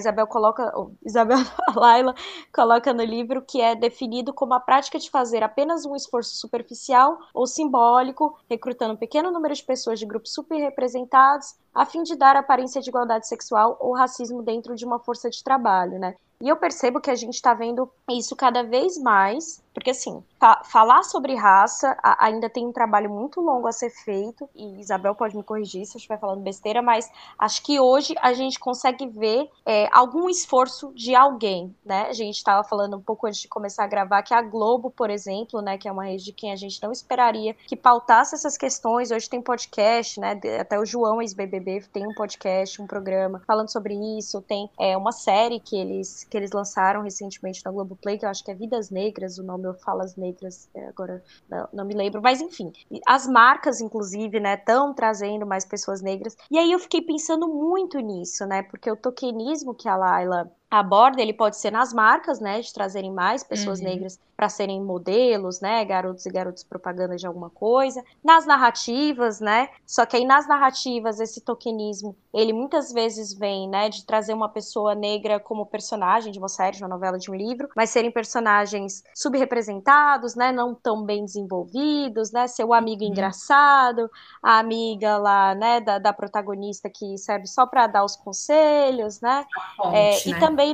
Laila coloca no livro que é definido como a prática de fazer apenas um esforço superficial ou simbólico, recrutando um pequeno número de pessoas de grupos superrepresentados, a fim de dar aparência de igualdade sexual ou racismo dentro de uma força de trabalho, né? E eu percebo que a gente está vendo isso cada vez mais, porque assim, falar sobre raça ainda tem um trabalho muito longo a ser feito, e Isabel pode me corrigir se eu estiver falando besteira, mas acho que hoje a gente consegue ver algum esforço de alguém, né? A gente estava falando um pouco antes de começar a gravar que a Globo, por exemplo, né, que é uma rede de quem a gente não esperaria que pautasse essas questões, hoje tem podcast, né? Até o João, ex-BBB, tem um podcast, um programa falando sobre isso, tem uma série que eles lançaram recentemente na Globoplay, que eu acho que é Vidas Negras, o nome, eu falo as negras, agora não me lembro, mas enfim, as marcas, inclusive, né, estão trazendo mais pessoas negras, e aí eu fiquei pensando muito nisso, né, porque o tokenismo que a Laila aborda, ele pode ser nas marcas, né, de trazerem mais pessoas negras para serem modelos, né, garotos e garotas propaganda de alguma coisa, nas narrativas, né, só que aí nas narrativas esse tokenismo, ele muitas vezes vem, né, de trazer uma pessoa negra como personagem de uma série, de uma novela, de um livro, mas serem personagens subrepresentados, né, não tão bem desenvolvidos, né, ser o amigo engraçado, a amiga lá, né, da protagonista que serve só para dar os conselhos, né, Ponte, e né? também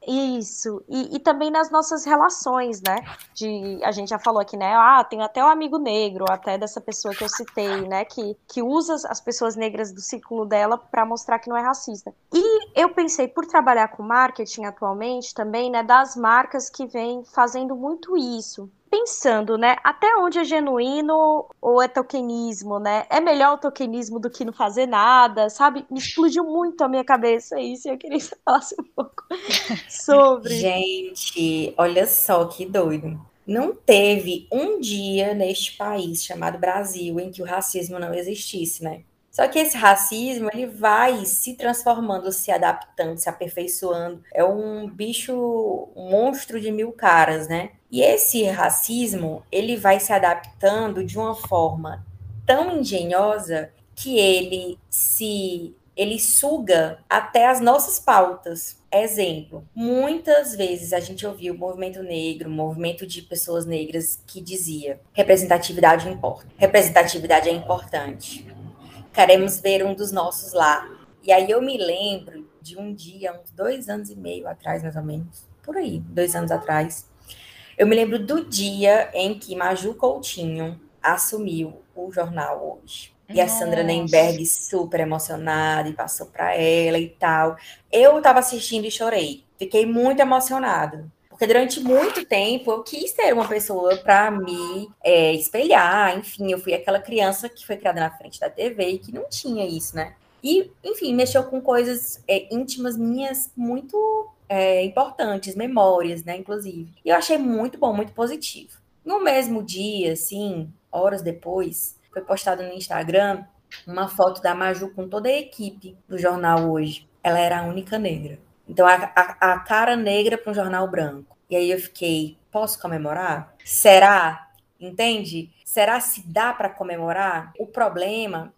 e também nas nossas relações, né, a gente já falou aqui, né, tem até o amigo negro, até dessa pessoa que eu citei, né, que usa as pessoas negras do círculo dela para mostrar que não é racista. E eu pensei, por trabalhar com marketing atualmente também, né, das marcas que vêm fazendo muito isso. Pensando, né, até onde é genuíno ou é tokenismo, né? É melhor o tokenismo do que não fazer nada, sabe? Me explodiu muito a minha cabeça isso e eu queria que você falasse um pouco sobre. Gente, olha só que doido. Não teve um dia neste país chamado Brasil em que o racismo não existisse, né? Só que esse racismo, ele vai se transformando, se adaptando, se aperfeiçoando. É um bicho, um monstro de mil caras, né? E esse racismo, ele vai se adaptando de uma forma tão engenhosa que ele se ele suga até as nossas pautas. Exemplo, muitas vezes a gente ouviu o movimento negro, o movimento de pessoas negras que dizia representatividade importa, representatividade é importante. Queremos ver um dos nossos lá. E aí eu me lembro de um dia, uns 2 anos e meio atrás, mais ou menos, por aí, 2 anos atrás, eu me lembro do dia em que Maju Coutinho assumiu o jornal Hoje. E a Sandra Nemberg super emocionada e passou para ela e tal. Eu estava assistindo e chorei. Fiquei muito emocionada. Porque durante muito tempo eu quis ter uma pessoa para me espelhar. Enfim, eu fui aquela criança que foi criada na frente da TV e que não tinha isso, né? E, enfim, mexeu com coisas íntimas minhas muito importantes, memórias, né, inclusive. E eu achei muito bom, muito positivo. No mesmo dia, assim, horas depois, foi postado no Instagram uma foto da Maju com toda a equipe do jornal Hoje. Ela era a única negra. Então, a cara negra para um jornal branco. E aí eu fiquei, posso comemorar? Será? Entende? Será se dá para comemorar? O problema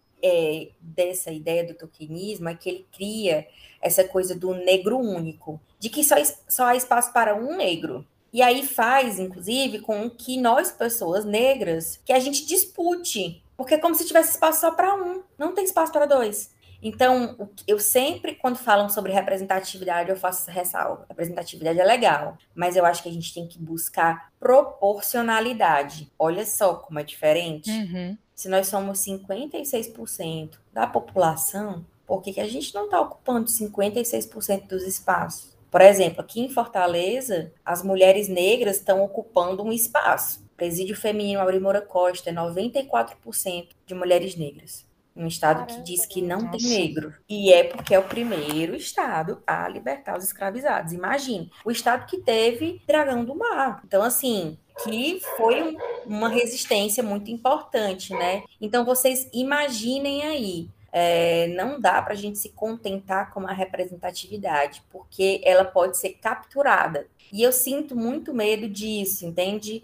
dessa ideia do tokenismo é que ele cria essa coisa do negro único, de que só há espaço para um negro. E aí faz, inclusive, com que nós, pessoas negras, que a gente dispute, porque é como se tivesse espaço só para um, não tem espaço para dois. Então, eu sempre, quando falam sobre representatividade, eu faço essa ressalva. Representatividade é legal, mas eu acho que a gente tem que buscar proporcionalidade. Olha só como é diferente. Uhum. Se nós somos 56% da população, por que a gente não está ocupando 56% dos espaços? Por exemplo, aqui em Fortaleza, as mulheres negras estão ocupando um espaço. Presídio Feminino Aurim Moura Costa é 94% de mulheres negras. Um estado que diz que não tem negro. E é porque é o primeiro estado a libertar os escravizados. Imagine, o estado que teve Dragão do Mar. Então, assim, que foi uma resistência muito importante, né? Então, vocês imaginem aí. Não dá para a gente se contentar com a representatividade, porque ela pode ser capturada. E eu sinto muito medo disso, entende?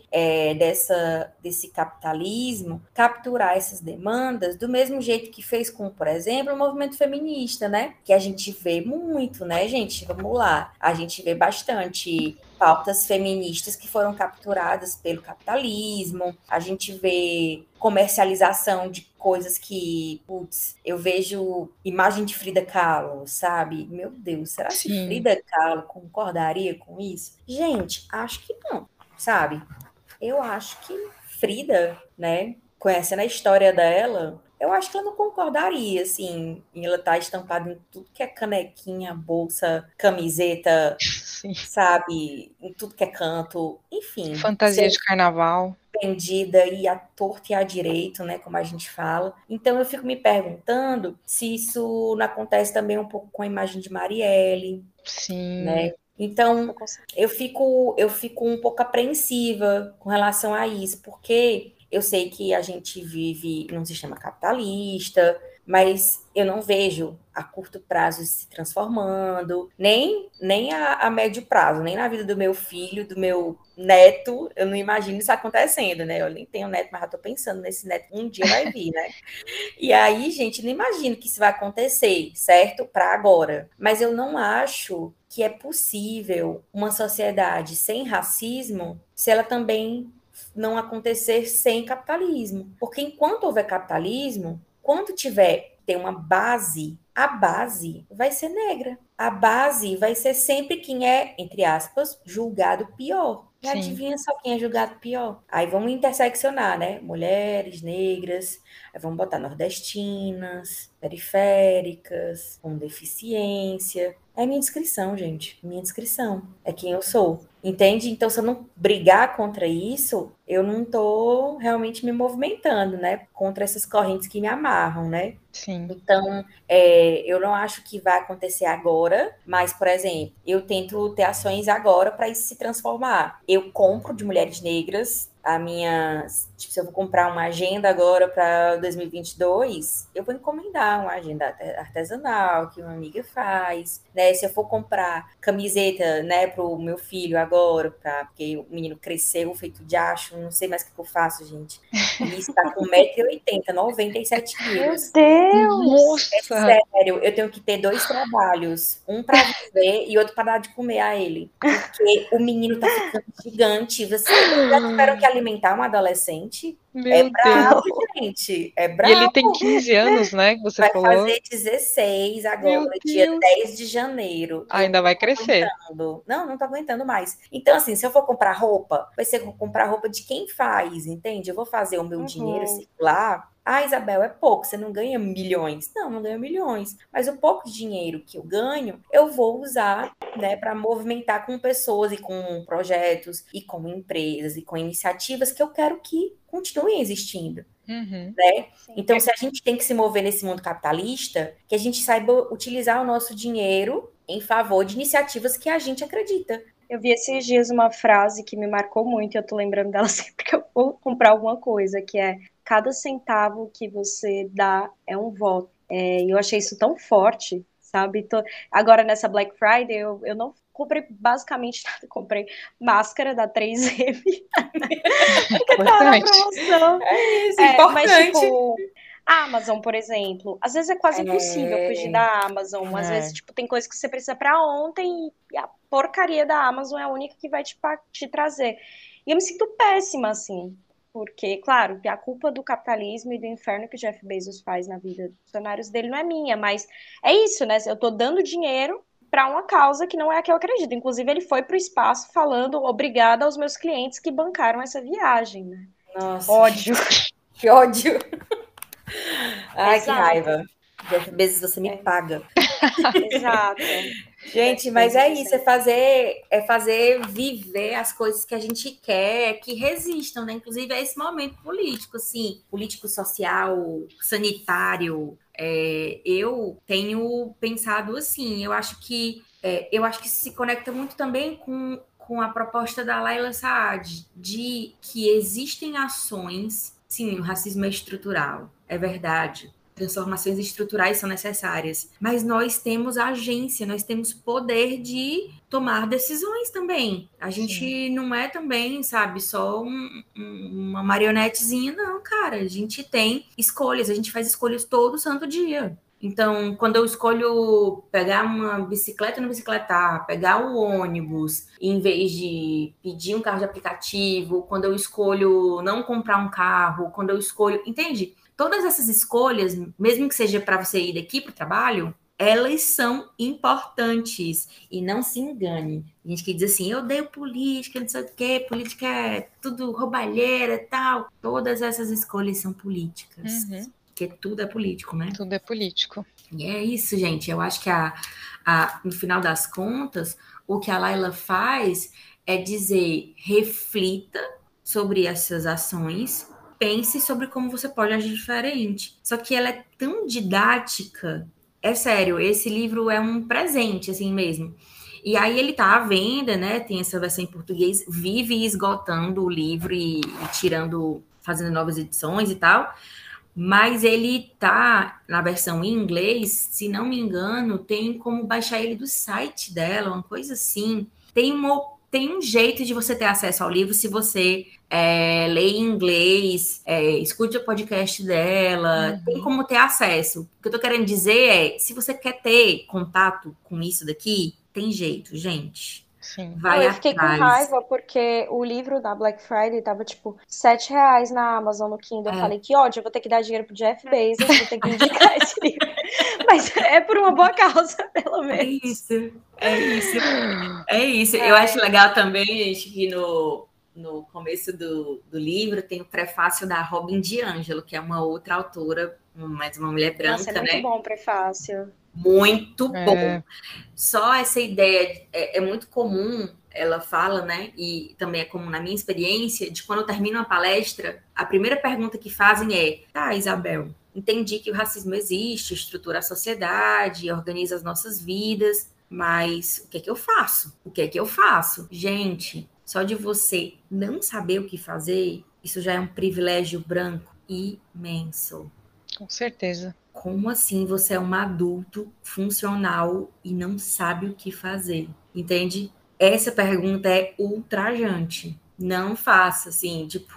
Desse capitalismo capturar essas demandas do mesmo jeito que fez com, por exemplo, o movimento feminista, né? Que a gente vê muito, né, gente? Vamos lá. A gente vê bastante pautas feministas que foram capturadas pelo capitalismo. A gente vê comercialização de coisas que, putz, eu vejo imagem de Frida Kahlo, sabe? Meu Deus, será que Frida Kahlo concordaria com isso? Gente, acho que não, sabe? Eu acho que Frida, né, conhecendo a história dela, eu acho que ela não concordaria, assim, em ela estar estampada em tudo que é canequinha, bolsa, camiseta, Sim. sabe? Em tudo que é canto, enfim. Fantasia de carnaval. Vendida e à torta e à direito, né, como a gente fala. Então eu fico me perguntando se isso não acontece também um pouco com a imagem de Marielle, Sim. né? Então eu fico um pouco apreensiva com relação a isso, porque eu sei que a gente vive num sistema capitalista, mas eu não vejo a curto prazo se transformando, nem a médio prazo, nem na vida do meu filho, do meu neto, eu não imagino isso acontecendo, né? Eu nem tenho neto, mas já tô pensando nesse neto, um dia vai vir, né? E aí, gente, não imagino que isso vai acontecer, certo? Para agora. Mas eu não acho que é possível uma sociedade sem racismo se ela também não acontecer sem capitalismo. Porque enquanto houver capitalismo, quando ter uma base, a base vai ser negra. A base vai ser sempre quem é, entre aspas, julgado pior. E adivinha só quem é julgado pior? Aí vamos interseccionar, né? Mulheres, negras, aí vamos botar nordestinas, periféricas, com deficiência. É minha descrição, gente. Minha descrição. É quem eu sou. Entende? Então, se eu não brigar contra isso, eu não tô realmente me movimentando, né? Contra essas correntes que me amarram, né? Sim. Então, eu não acho que vai acontecer agora, mas, por exemplo, eu tento ter ações agora para isso se transformar. Eu compro de mulheres negras Tipo, se eu vou comprar uma agenda agora para 2022, eu vou encomendar uma agenda artesanal que uma amiga faz, né? Se eu for comprar camiseta, né, pro meu filho agora, porque o menino cresceu feito de acho, não sei mais o que eu faço, gente. Ele está com 1,80 m, 97 Meu quilos. Deus! É Nossa! sério, eu tenho que ter 2 trabalhos, um para viver e outro para dar de comer a ele, porque o menino tá ficando gigante. Vocês já tiveram que alimentar um adolescente? É Meu brabo, Deus! Não. gente, é E ele tem brabo. 15 anos, né? Que você Vai falou. fazer 16 Meu agora, dia Deus! 10 de janeiro. Eu Ainda não vai tô crescer. aguentando. Não tô aguentando mais. Então, assim, se eu for comprar roupa, vai ser comprar roupa de quem faz, entende? Eu vou fazer o meu dinheiro Uhum. circular. Ah, Isabel, é pouco, você não ganha milhões. Não ganho milhões. Mas o pouco dinheiro que eu ganho, eu vou usar, né, para movimentar com pessoas e com projetos e com empresas e com iniciativas que eu quero que continuem existindo, Uhum. né? Sim. Então, se a gente tem que se mover nesse mundo capitalista, que a gente saiba utilizar o nosso dinheiro em favor de iniciativas que a gente acredita. Eu vi esses dias uma frase que me marcou muito e eu tô lembrando dela sempre que eu vou comprar alguma coisa, que é cada centavo que você dá é um voto. E eu achei isso tão forte, sabe? Agora nessa Black Friday eu não comprei basicamente nada, comprei máscara da 3M, porque tá na Importante. promoção. É isso, Mas importante. tipo, a Amazon, por exemplo, às vezes é quase impossível fugir É, da Amazon. Às vezes, É. tipo, tem coisa que você precisa pra ontem e a porcaria da Amazon é a única que vai te trazer. E eu me sinto péssima, assim, porque, claro, a culpa do capitalismo e do inferno que o Jeff Bezos faz na vida dos funcionários dele não é minha, mas é isso, né? Eu tô dando dinheiro para uma causa que não é a que eu acredito. Inclusive, ele foi pro espaço falando obrigada aos meus clientes que bancaram essa viagem, né? nossa, Ódio. gente, que ódio. Ai, que Exato. raiva. Jeff Bezos, você me É, paga. exato. Gente, Jeff mas Bezos, é você isso, é fazer viver as coisas que a gente quer, que resistam, né? Inclusive é esse momento político, assim, político, social, sanitário. Eu tenho pensado assim, eu acho que se conecta muito também com a proposta da Laila Saad, de que existem ações, sim, o racismo é estrutural, é verdade. Transformações estruturais são necessárias, mas nós temos agência, nós temos poder de tomar decisões também. A Sim. gente não é também, sabe, só uma marionetezinha, não, cara. A gente tem escolhas, a gente faz escolhas todo santo dia. Então, quando eu escolho pegar uma bicicleta no bicicletar, pegar o ônibus, em vez de pedir um carro de aplicativo, quando eu escolho não comprar um carro, quando eu escolho. Entende? Todas essas escolhas, mesmo que seja para você ir daqui para o trabalho, elas são importantes. E não se engane. A gente que diz assim, eu odeio política, não sei o quê, política é tudo roubalheira e tal. Todas essas escolhas são políticas. Uhum. Porque tudo é político, né? Tudo é político. E é isso, gente. Eu acho que no final das contas, o que a Laila faz é dizer, reflita sobre essas ações, pense sobre como você pode agir diferente. Só que ela é tão didática. É sério, esse livro é um presente, assim mesmo. E aí ele tá à venda, né? Tem essa versão em português, vive esgotando o livro e tirando, fazendo novas edições e tal. Mas ele tá na versão em inglês, se não me engano, tem como baixar ele do site dela, uma coisa assim. Tem um jeito de você ter acesso ao livro se você lê em inglês, escute o podcast dela, tem Uhum. como ter acesso. O que eu tô querendo dizer é, se você quer ter contato com isso daqui, tem jeito, gente. Sim. Não, Vai eu fiquei com atrás. raiva porque o livro da Black Friday tava tipo R$ 7 na Amazon no Kindle. Eu É, falei que ódio, eu vou ter que dar dinheiro pro Jeff Bezos, vou ter que indicar esse livro. Mas é por uma boa causa, pelo é menos. isso, é isso. É isso. Eu acho Ai, legal também, gente, que no começo do livro tem o prefácio da Robin DiAngelo, que é uma outra autora, mais uma mulher nossa, é branca, muito né? bom o prefácio. Muito bom. É. Só essa ideia é muito comum, ela fala, né? E também é comum na minha experiência, de quando eu termino uma palestra, a primeira pergunta que fazem é: tá, Isabel, entendi que o racismo existe, estrutura a sociedade, organiza as nossas vidas, mas o que é que eu faço? O que é que eu faço? Gente, só de você não saber o que fazer, isso já é um privilégio branco imenso. Com certeza. Como assim você é um adulto funcional e não sabe o que fazer? Entende? Essa pergunta é ultrajante. Não faça assim, tipo,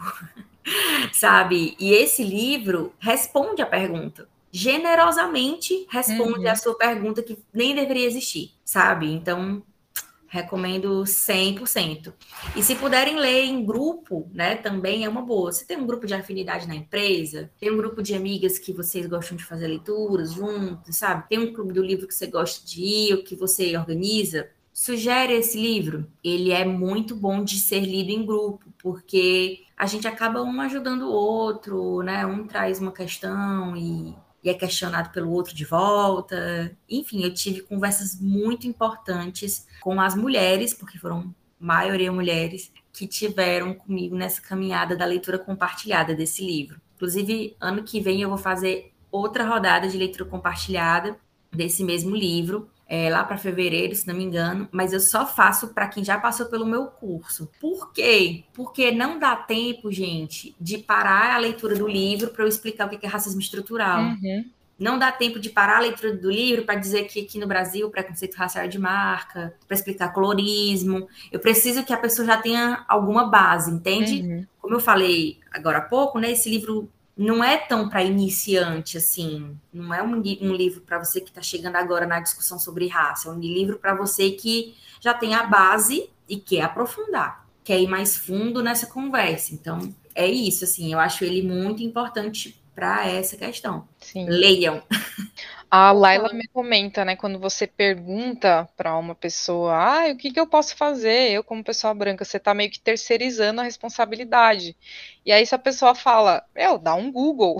sabe? E esse livro responde a pergunta. Generosamente responde a sua pergunta que nem deveria existir, sabe? Então, recomendo 100%. E se puderem ler em grupo, né, também é uma boa. Se tem um grupo de afinidade na empresa, tem um grupo de amigas que vocês gostam de fazer leituras juntos, sabe? Tem um clube do livro que você gosta de ir, ou que você organiza, sugere esse livro. Ele é muito bom de ser lido em grupo, porque a gente acaba um ajudando o outro, né? Um traz uma questão e é questionado pelo outro de volta. Enfim, eu tive conversas muito importantes com as mulheres, porque foram maioria mulheres, que tiveram comigo nessa caminhada da leitura compartilhada desse livro. Inclusive, ano que vem eu vou fazer outra rodada de leitura compartilhada desse mesmo livro, lá para fevereiro, se não me engano, mas eu só faço para quem já passou pelo meu curso. Por quê? Porque não dá tempo, gente, de parar a leitura do livro para eu explicar o que é racismo estrutural. Não dá tempo de parar a leitura do livro para dizer que aqui no Brasil o preconceito racial é de marca, para explicar colorismo. Eu preciso que a pessoa já tenha alguma base, entende? Como eu falei agora há pouco, né? Esse livro não é tão para iniciante, assim. Não é um livro para você que está chegando agora na discussão sobre raça. É um livro para você que já tem a base e quer aprofundar, quer ir mais fundo nessa conversa. Então, é isso, assim. Eu acho ele muito importante para essa questão. Sim. Leiam. A Laila me comenta, né, quando você pergunta para uma pessoa, o que eu posso fazer? Eu, como pessoa branca, você tá meio que terceirizando a responsabilidade. E aí, se a pessoa fala, dá um Google,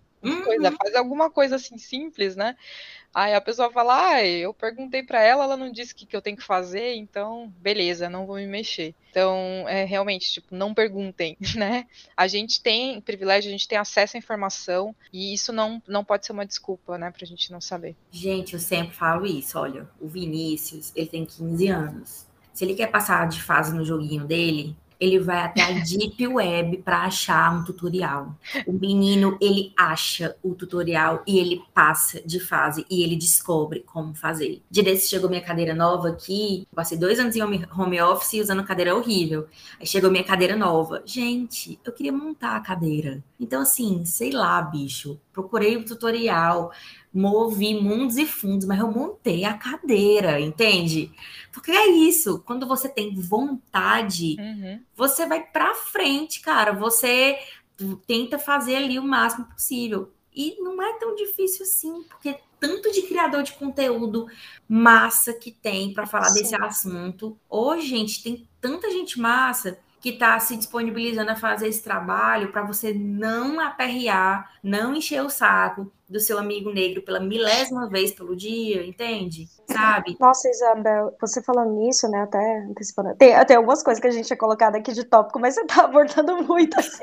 faz alguma coisa assim simples, né? Aí a pessoa fala, eu perguntei para ela, ela não disse o que eu tenho que fazer, então, beleza, não vou me mexer. Então, realmente, tipo, não perguntem, né? A gente tem privilégio, a gente tem acesso à informação, e isso não pode ser uma desculpa, né, pra gente não saber. Gente, eu sempre falo isso, olha, o Vinícius, ele tem 15 anos. Se ele quer passar de fase no joguinho dele, ele vai até a Deep Web para achar um tutorial. O menino, ele acha o tutorial e ele passa de fase e ele descobre como fazer. De desse chegou minha cadeira nova aqui, passei 2 anos em home office usando cadeira horrível. Aí chegou minha cadeira nova. Gente, eu queria montar a cadeira. Então, assim, sei lá, bicho, procurei o tutorial, movi mundos e fundos, mas eu montei a cadeira, entende? Porque é isso, quando você tem vontade, você vai pra frente, cara, você tenta fazer ali o máximo possível. E não é tão difícil assim, porque tanto de criador de conteúdo massa que tem para falar desse assunto. Hoje, gente, tem tanta gente massa que está se disponibilizando a fazer esse trabalho para você não aperrear, não encher o saco do seu amigo negro pela milésima vez pelo dia, entende? Sabe? Nossa, Isabel, você falando nisso, né, até antecipando, tem algumas coisas que a gente tinha colocado aqui de tópico, mas você tá abordando muito, assim,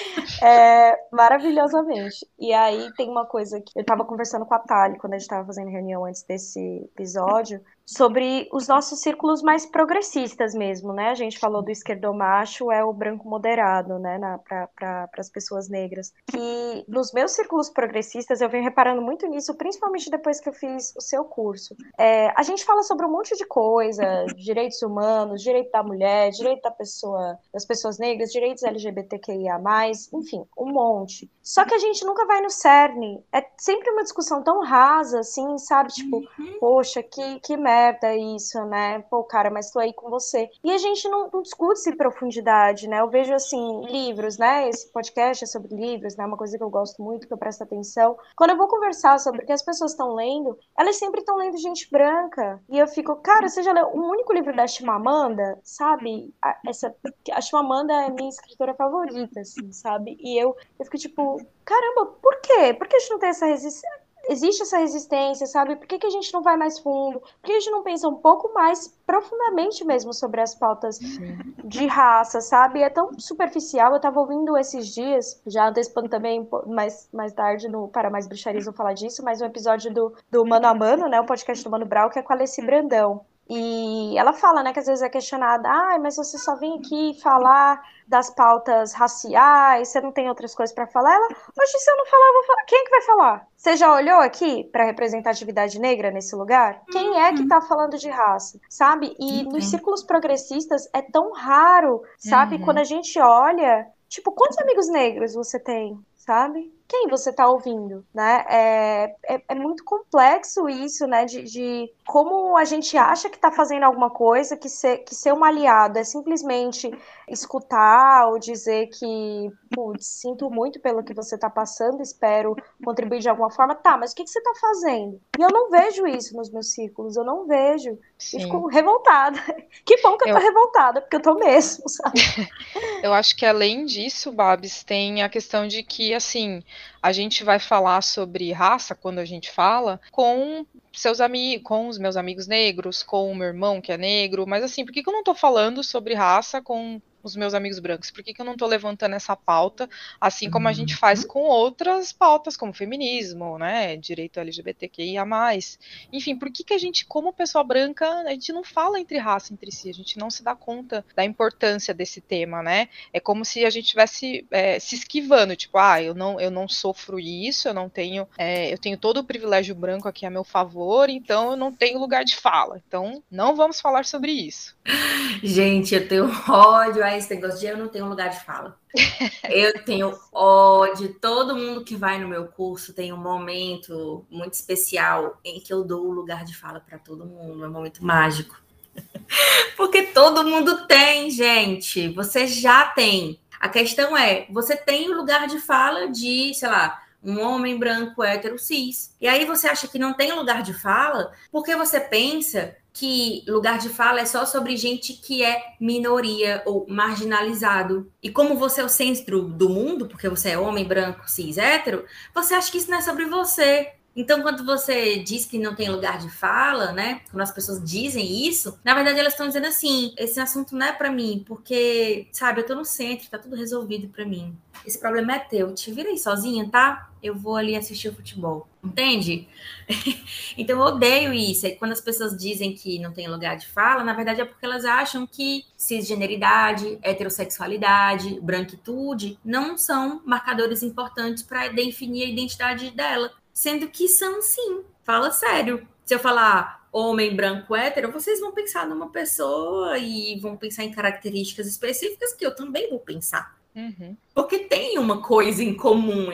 maravilhosamente. E aí tem uma coisa que eu tava conversando com a Thali, quando a gente tava fazendo reunião antes desse episódio, sobre os nossos círculos mais progressistas mesmo, né? A gente falou do esquerdomacho, é o branco moderado, né, para as pessoas negras. E nos meus círculos progressistas, eu venho reparando muito nisso, principalmente depois que eu fiz o seu curso. A gente fala sobre um monte de coisa, direitos humanos, direito da mulher, direito das pessoas negras, direitos LGBTQIA+, enfim, um monte. Só que a gente nunca vai no cerne. É sempre uma discussão tão rasa, assim, sabe? Tipo, poxa, que merda isso, né? Pô, cara, mas tô aí com você. E a gente não discute isso em profundidade, né? Eu vejo, assim, livros, né? Esse podcast é sobre livros, né? Uma coisa que eu gosto muito, que eu presto atenção. Quando eu vou conversar sobre o que as pessoas estão lendo, elas sempre estão lendo gente branca. E eu fico, cara, você já leu um único livro da Chimamanda? Sabe? A Chimamanda é a minha escritora favorita, assim, sabe? E eu fico tipo, caramba, por quê? Por que a gente não tem essa resistência? Existe essa resistência, sabe? Por que a gente não vai mais fundo? Por que a gente não pensa um pouco mais profundamente mesmo sobre as pautas de raça, sabe? É tão superficial. Eu tava ouvindo esses dias, já antecipando também mais tarde no Para Mais Bruxarias vou falar disso, mas um episódio do Mano a Mano, né? O podcast do Mano Brown, que é com a Alessi Brandão. E ela fala, né, que às vezes é questionada, mas você só vem aqui falar das pautas raciais, você não tem outras coisas para falar? Ela, oxe, se eu não falar, eu vou falar. Quem que vai falar? Você já olhou aqui para representatividade negra nesse lugar? Quem é que tá falando de raça, sabe? E nos círculos progressistas é tão raro, sabe? Quando a gente olha, tipo, quantos amigos negros você tem, sabe? Quem você tá ouvindo, né? É muito complexo isso, né? De como a gente acha que tá fazendo alguma coisa, que ser um aliado é simplesmente escutar ou dizer que, putz, sinto muito pelo que você tá passando, espero contribuir de alguma forma. Tá, mas o que você tá fazendo? E eu não vejo isso nos meus círculos, eu não vejo. Sim. E fico revoltada. Que bom que eu tô revoltada, porque eu tô mesmo, sabe? Eu acho que além disso, Babs, tem a questão de que, assim, a gente vai falar sobre raça quando a gente fala com com os meus amigos negros, com o meu irmão que é negro, mas assim, por que eu não tô falando sobre raça com os meus amigos brancos? Por que eu não tô levantando essa pauta, assim como a gente faz com outras pautas, como feminismo, né, direito LGBTQIA+. Enfim, por que a gente, como pessoa branca, a gente não fala entre raça entre si, a gente não se dá conta da importância desse tema, né? É como se a gente estivesse se esquivando, tipo, eu não sofro isso, eu tenho todo o privilégio branco aqui a meu favor, então eu não tenho lugar de fala. Então, não vamos falar sobre isso. Gente, eu tenho ódio a esse negócio de eu não tenho lugar de fala. Eu tenho ódio. Todo mundo que vai no meu curso tem um momento muito especial em que eu dou o lugar de fala para todo mundo. É um momento mágico. Porque todo mundo tem, gente. Você já tem. A questão é, você tem o lugar de fala de, sei lá, um homem branco, hétero, cis. E aí você acha que não tem lugar de fala porque você pensa que lugar de fala é só sobre gente que é minoria ou marginalizado. E como você é o centro do mundo, porque você é homem, branco, cis, hétero, você acha que isso não é sobre você. Então, quando você diz que não tem lugar de fala, né? Quando as pessoas dizem isso, na verdade elas estão dizendo assim, esse assunto não é para mim, porque, sabe, eu tô no centro, tá tudo resolvido para mim. Esse problema é teu, te vira aí sozinha, tá? Eu vou ali assistir o futebol. Entende? Então, eu odeio isso. E quando as pessoas dizem que não tem lugar de fala, na verdade é porque elas acham que cisgeneridade, heterossexualidade, branquitude não são marcadores importantes para definir a identidade dela. Sendo que são, sim. Fala sério. Se eu falar homem, branco, hétero, vocês vão pensar numa pessoa e vão pensar em características específicas que eu também vou pensar. Uhum. Porque tem uma coisa em comum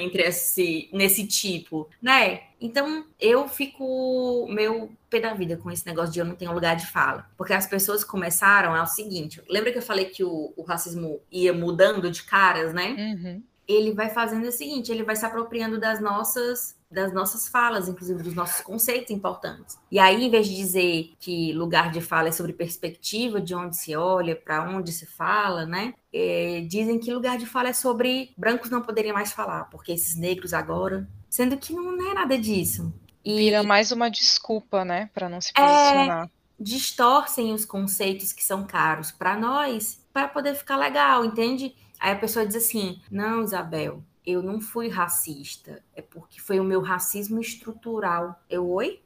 nesse tipo, né? Então, eu fico meio pé da vida com esse negócio de eu não tenho lugar de fala. Porque as pessoas começaram, é o seguinte, lembra que eu falei que o racismo ia mudando de caras, né? Uhum. Ele vai fazendo o seguinte, ele vai se apropriando das nossas falas, inclusive dos nossos conceitos importantes. E aí, em vez de dizer que lugar de fala é sobre perspectiva, de onde se olha, para onde se fala, né? Dizem que lugar de fala é sobre brancos não poderem mais falar, porque esses negros agora... Sendo que não é nada disso. Vira mais uma desculpa, né? Para não se posicionar. Distorcem os conceitos que são caros para nós, para poder ficar legal, entende? Aí a pessoa diz assim, não, Isabel, eu não fui racista, é porque foi o meu racismo estrutural. Oi?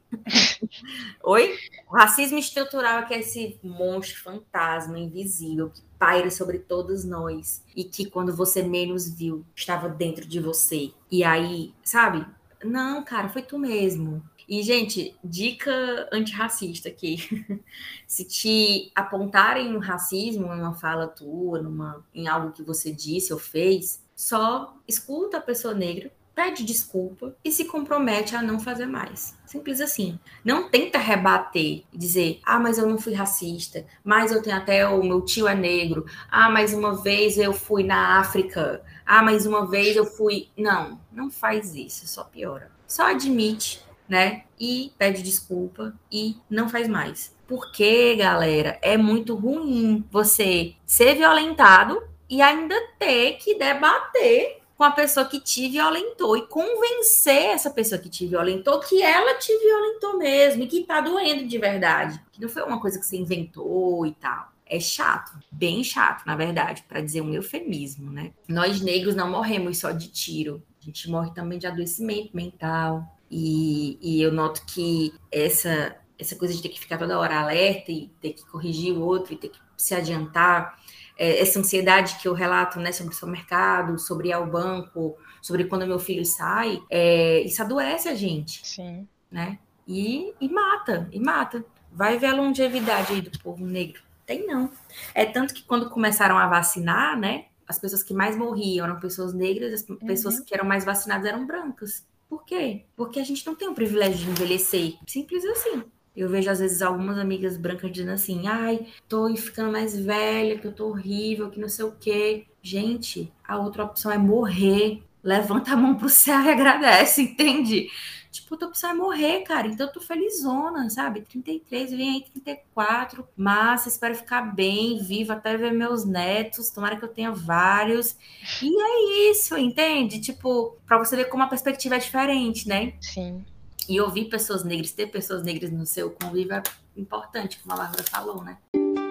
Oi? O racismo estrutural é que é esse monstro fantasma invisível que paira sobre todos nós e que quando você menos viu, estava dentro de você. E aí, sabe? Não, cara, foi tu mesmo. E, gente, dica antirracista aqui. Se te apontarem um racismo em uma fala tua, em algo que você disse ou fez, só escuta a pessoa negra, pede desculpa e se compromete a não fazer mais. Simples assim. Não tenta rebater e dizer, mas eu não fui racista, mas eu tenho até o meu tio é negro, mas uma vez eu fui na África, mas uma vez eu fui... Não faz isso, só piora. Só admite, né? E pede desculpa e não faz mais. Porque, galera, é muito ruim você ser violentado e ainda ter que debater com a pessoa que te violentou e convencer essa pessoa que te violentou que ela te violentou mesmo e que tá doendo de verdade. Que não foi uma coisa que você inventou e tal. É chato, bem chato, na verdade, para dizer um eufemismo, né? Nós negros não morremos só de tiro. A gente morre também de adoecimento mental. E eu noto que essa coisa de ter que ficar toda hora alerta e ter que corrigir o outro e ter que se adiantar, essa ansiedade que eu relato, né, sobre o supermercado, sobre ir ao banco, sobre quando meu filho sai, isso adoece a gente. Sim. Né? E mata. Vai ver a longevidade aí do povo negro. Tem não. É tanto que quando começaram a vacinar, né, as pessoas que mais morriam eram pessoas negras, as pessoas que eram mais vacinadas eram brancas. Por quê? Porque a gente não tem o privilégio de envelhecer. Simples assim. Eu vejo, às vezes, algumas amigas brancas dizendo assim, ai, tô ficando mais velha, que eu tô horrível, que não sei o quê. Gente, a outra opção é morrer. Levanta a mão pro céu e agradece, entende? Tipo, tua opção é morrer, cara. Então eu tô felizona, sabe? 33, vem aí 34. Massa, espero ficar bem, viva até ver meus netos. Tomara que eu tenha vários. E é isso, entende? Tipo, pra você ver como a perspectiva é diferente, né? Sim. E ouvir pessoas negras, ter pessoas negras no seu convívio é importante, como a Laura falou, né?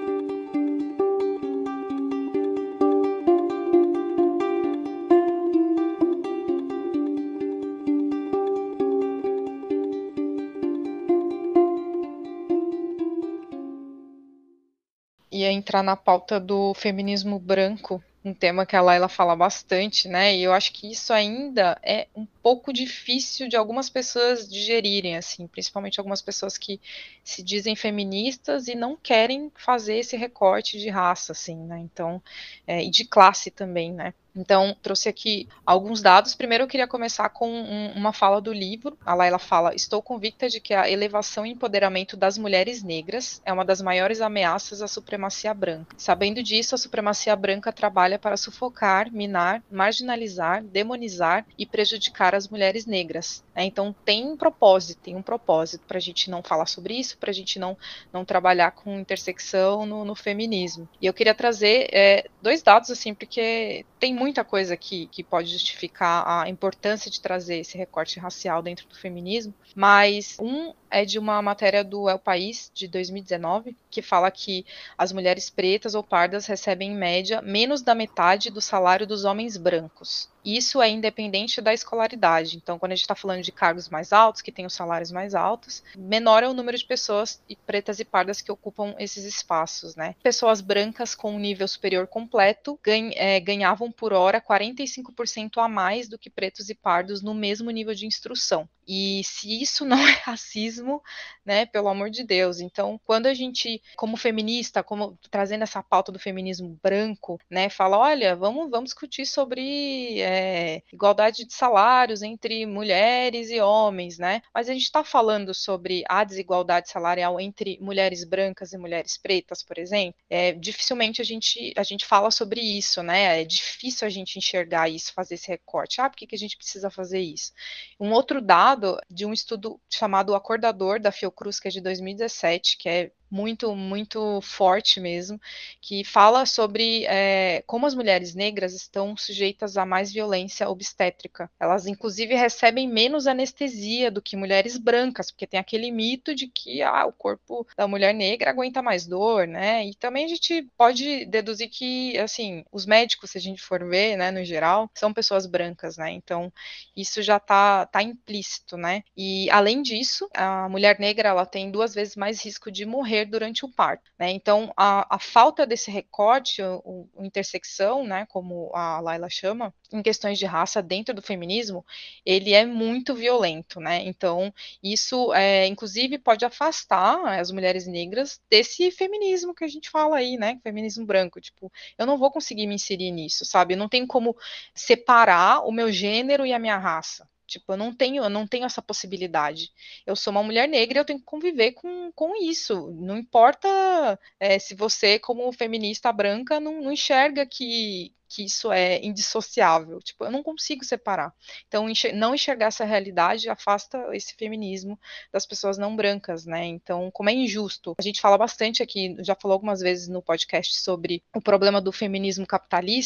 Ia entrar na pauta do feminismo branco, um tema que a Laila fala bastante, né? E eu acho que isso ainda é um pouco difícil de algumas pessoas digerirem, assim, principalmente algumas pessoas que se dizem feministas e não querem fazer esse recorte de raça, assim, né? Então, e de classe também, né? Então, trouxe aqui alguns dados. Primeiro, eu queria começar com uma fala do livro. A Laila fala: estou convicta de que a elevação e empoderamento das mulheres negras é uma das maiores ameaças à supremacia branca. Sabendo disso, a supremacia branca trabalha para sufocar, minar, marginalizar, demonizar e prejudicar as mulheres negras. Então, tem um propósito para a gente não falar sobre isso, para a gente não trabalhar com intersecção no feminismo. E eu queria trazer 2 dados, assim, porque tem muita coisa que pode justificar a importância de trazer esse recorte racial dentro do feminismo, mas um é de uma matéria do El País, de 2019, que fala que as mulheres pretas ou pardas recebem, em média, menos da metade do salário dos homens brancos. Isso é independente da escolaridade. Então, quando a gente está falando de cargos mais altos, que têm os salários mais altos, menor é o número de pessoas pretas e pardas que ocupam esses espaços, né? Pessoas brancas com um nível superior completo ganhavam por hora 45% a mais do que pretos e pardos no mesmo nível de instrução. E se isso não é racismo, né, pelo amor de Deus. Então, quando a gente, como feminista, como trazendo essa pauta do feminismo branco, né, fala, olha, vamos discutir sobre igualdade de salários entre mulheres e homens, né? Mas a gente está falando sobre a desigualdade salarial entre mulheres brancas e mulheres pretas, por exemplo. Dificilmente a gente fala sobre isso, né? É difícil a gente enxergar isso, fazer esse recorte. Por que a gente precisa fazer isso? Um outro dado de um estudo chamado Acordador, da Fiocruz, que é de 2017, que é muito, muito forte mesmo, que fala sobre como as mulheres negras estão sujeitas a mais violência obstétrica. Elas, inclusive, recebem menos anestesia do que mulheres brancas, porque tem aquele mito de que o corpo da mulher negra aguenta mais dor, né? E também a gente pode deduzir que, assim, os médicos, se a gente for ver, né, no geral, são pessoas brancas, né? Então, isso já tá implícito, né? E, além disso, a mulher negra, ela tem 2 vezes mais risco de morrer durante o parto, né? Então, a falta desse recorte, o intersecção, né, como a Laila chama, em questões de raça dentro do feminismo, ele é muito violento, né? Então, isso, inclusive, pode afastar as mulheres negras desse feminismo que a gente fala aí, né? Feminismo branco. Tipo, eu não vou conseguir me inserir nisso, sabe? Eu não tenho como separar o meu gênero e a minha raça. Tipo, eu não tenho essa possibilidade. Eu sou uma mulher negra e eu tenho que conviver com isso. Não importa se você, como feminista branca, não enxerga que isso é indissociável. Tipo, eu não consigo separar. Então, não enxergar essa realidade afasta esse feminismo das pessoas não brancas, né? Então, como é injusto. A gente fala bastante aqui, já falou algumas vezes no podcast sobre o problema do feminismo capitalista,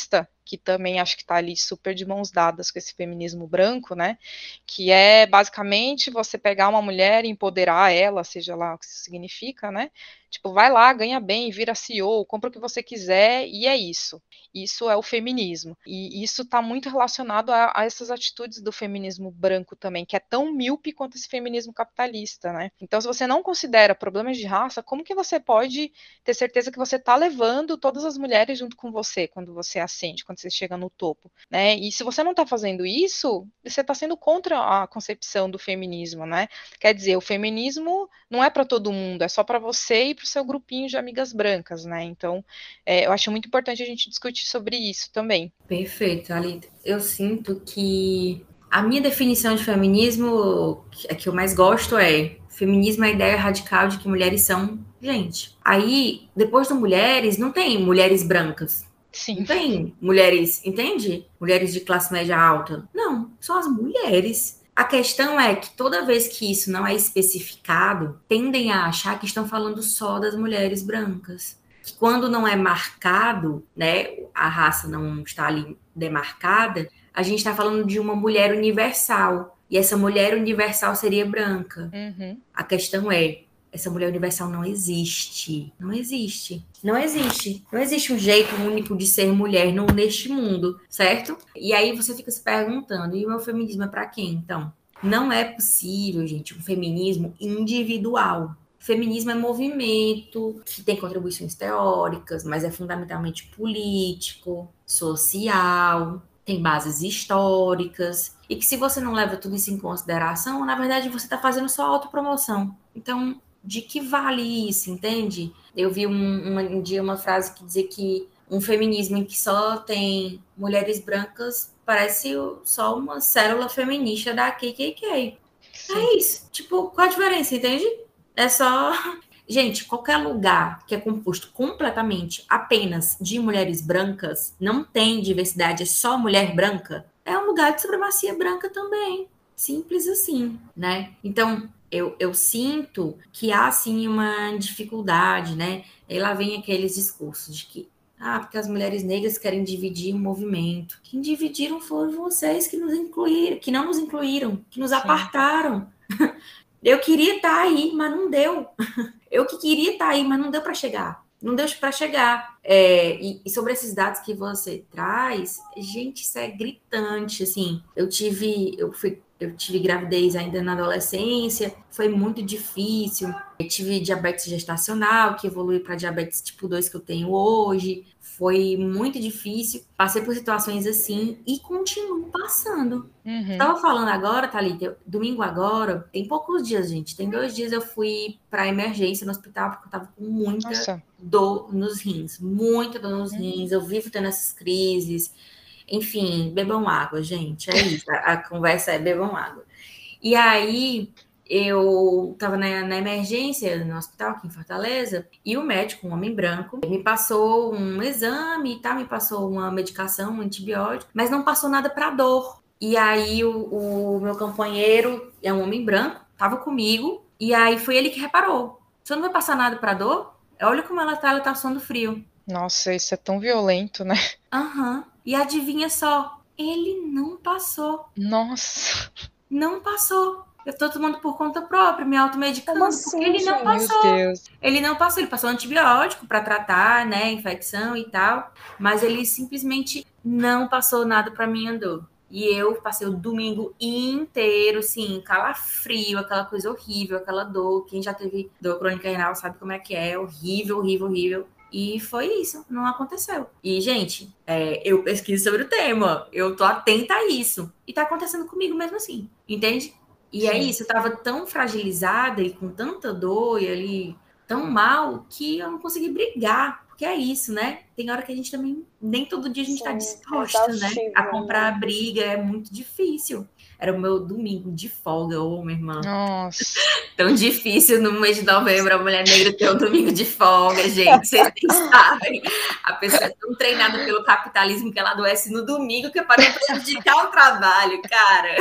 que também acho que está ali super de mãos dadas com esse feminismo branco, né, que é basicamente você pegar uma mulher e empoderar ela, seja lá o que isso significa, né, tipo, vai lá, ganha bem, vira CEO, compra o que você quiser, e é isso. Isso é o feminismo. E isso está muito relacionado a essas atitudes do feminismo branco também, que é tão míope quanto esse feminismo capitalista, né? Então, se você não considera problemas de raça, como que você pode ter certeza que você está levando todas as mulheres junto com você quando você ascende, quando você chega no topo, né? E se você não está fazendo isso, você está sendo contra a concepção do feminismo, né? Quer dizer, o feminismo não é para todo mundo, é só para você e para o seu grupinho de amigas brancas, né? Então, eu acho muito importante a gente discutir sobre isso também. Perfeito, Alita. Eu sinto que a minha definição de feminismo, a que eu mais gosto é: feminismo é a ideia radical de que mulheres são gente. Aí, depois de mulheres, não tem mulheres brancas. Sim. Não tem mulheres, entende? Mulheres de classe média alta. Não, são as mulheres. A questão é que toda vez que isso não é especificado, tendem a achar que estão falando só das mulheres brancas. Que quando não é marcado, né, a raça não está ali demarcada, a gente está falando de uma mulher universal. E essa mulher universal seria branca. Uhum. A questão é: essa mulher universal não existe. Não existe. Não existe. Não existe um jeito único de ser mulher neste mundo, certo? E aí você fica se perguntando: e o meu feminismo é para quem, então? Não é possível, gente, um feminismo individual. Feminismo é movimento que tem contribuições teóricas, mas é fundamentalmente político, social, tem bases históricas, e que se você não leva tudo isso em consideração, na verdade você está fazendo só autopromoção. Então, de que vale isso, entende? Eu vi um dia uma frase que dizia que um feminismo em que só tem mulheres brancas parece só uma célula feminista da KKK. Sim. É isso. Tipo, qual a diferença, entende? É só... Gente, qualquer lugar que é composto completamente apenas de mulheres brancas, não tem diversidade, é só mulher branca, é um lugar de supremacia branca também. Simples assim, né? Então, eu sinto que há, sim, uma dificuldade, né? E lá vem aqueles discursos de que porque as mulheres negras querem dividir o movimento. Quem dividiram foram vocês que nos incluíram, que não nos incluíram, que nos apartaram. Eu queria estar aí, mas não deu. Eu que queria estar aí, mas não deu para chegar. Não deu para chegar. E sobre esses dados que você traz, gente, isso é gritante, assim. Eu tive gravidez ainda na adolescência, foi muito difícil. Eu tive diabetes gestacional, que evoluiu para diabetes tipo 2 que eu tenho hoje. Foi muito difícil. Passei por situações assim e continuo passando. Uhum. Estava falando agora, Thalita, domingo agora, tem poucos dias, gente. Tem 2 dias eu fui para emergência no hospital porque eu tava com muita dor nos rins. Muita dor nos rins. Eu vivo tendo essas crises. Enfim, bebam água, gente. É isso. A conversa é bebam água. E aí, eu tava na emergência, no hospital aqui em Fortaleza, e o médico, um homem branco, me passou um exame e tal, me passou uma medicação, um antibiótico, mas não passou nada para dor. E aí, o meu companheiro, é um homem branco, tava comigo, e aí foi ele que reparou. Você não vai passar nada para dor? Olha como ela tá suando frio. Nossa, isso é tão violento, né? Aham. E adivinha só, ele não passou. Nossa. Não passou. Eu tô tomando por conta própria, me automedicando, assim, porque ele não passou. Meu Deus. Ele não passou, ele passou antibiótico para tratar, né, infecção e tal, mas ele simplesmente não passou nada para minha dor. E eu passei o domingo inteiro, assim, calafrio, aquela coisa horrível, aquela dor. Quem já teve dor crônica renal sabe como é horrível, horrível, horrível. E foi isso, não aconteceu. E, gente, eu pesquiso sobre o tema, eu tô atenta a isso. E tá acontecendo comigo mesmo assim, entende? E é isso, eu tava tão fragilizada e com tanta dor e ali tão mal que eu não consegui brigar. Porque é isso, né? Tem hora que a gente também, nem todo dia a gente tá disposta, né? A comprar a briga, é muito difícil. Era o meu domingo de folga, minha irmã. Nossa. Tão difícil no mês de novembro a mulher negra ter um domingo de folga, gente. Vocês nem sabem. A pessoa é tão treinada pelo capitalismo que ela adoece no domingo que é para não prejudicar o trabalho, cara.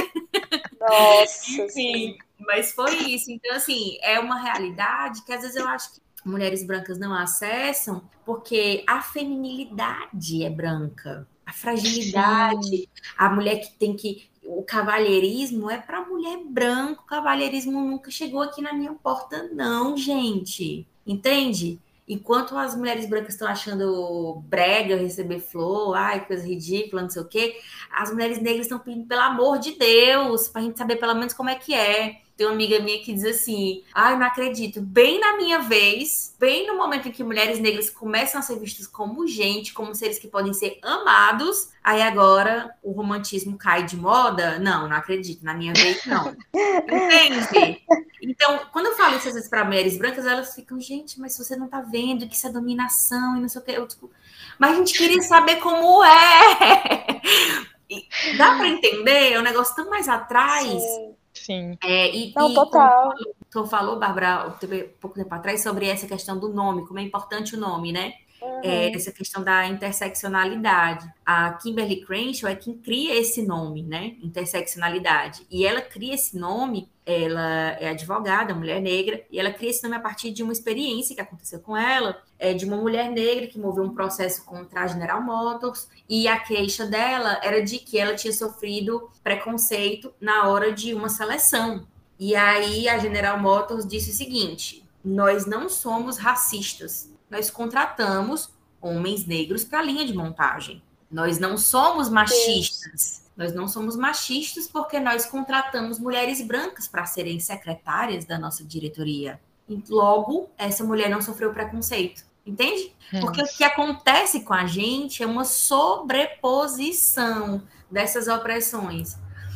Nossa. Enfim, mas foi isso. Então, assim, é uma realidade que às vezes eu acho que mulheres brancas não acessam porque a feminilidade é branca. A fragilidade, Sim. a mulher que tem que... O cavalheirismo é para mulher branca. O cavalheirismo nunca chegou aqui na minha porta, não, gente. Entende? Enquanto as mulheres brancas estão achando brega receber flor, ai, coisa ridícula, não sei o quê, as mulheres negras estão pedindo, pelo amor de Deus, pra gente saber pelo menos como é que é. Tem uma amiga minha que diz assim, ai, não acredito, bem na minha vez, bem no momento em que mulheres negras começam a ser vistas como gente, como seres que podem ser amados, aí agora o romantismo cai de moda? Não, não acredito, na minha vez não. Entende? Então, quando eu falo isso às vezes para mulheres brancas, elas ficam, gente, mas você não tá vendo que isso é dominação e não sei o que. Eu, tipo, mas a gente queria saber como é. E dá para entender? É um negócio tão mais atrás. Sim. Sim. Não, E como total. tu falou, Bárbara, pouco tempo atrás, sobre essa questão do nome, como é importante o nome, né? Uhum. Essa questão da interseccionalidade. A Kimberly Crenshaw é quem cria esse nome, né? Interseccionalidade. E ela cria esse nome, ela é advogada, mulher negra, e ela cria esse nome a partir de uma experiência que aconteceu com ela, de uma mulher negra que moveu um processo contra a General Motors, e a queixa dela era de que ela tinha sofrido preconceito na hora de uma seleção. E aí a General Motors disse o seguinte: nós não somos racistas, nós contratamos homens negros para a linha de montagem. Nós não somos Deus. machistas. Nós não somos machistas porque nós contratamos mulheres brancas para serem secretárias da nossa diretoria. E logo, essa mulher não sofreu preconceito. Entende? Porque o que Nossa. acontece com a gente é uma sobreposição dessas opressões.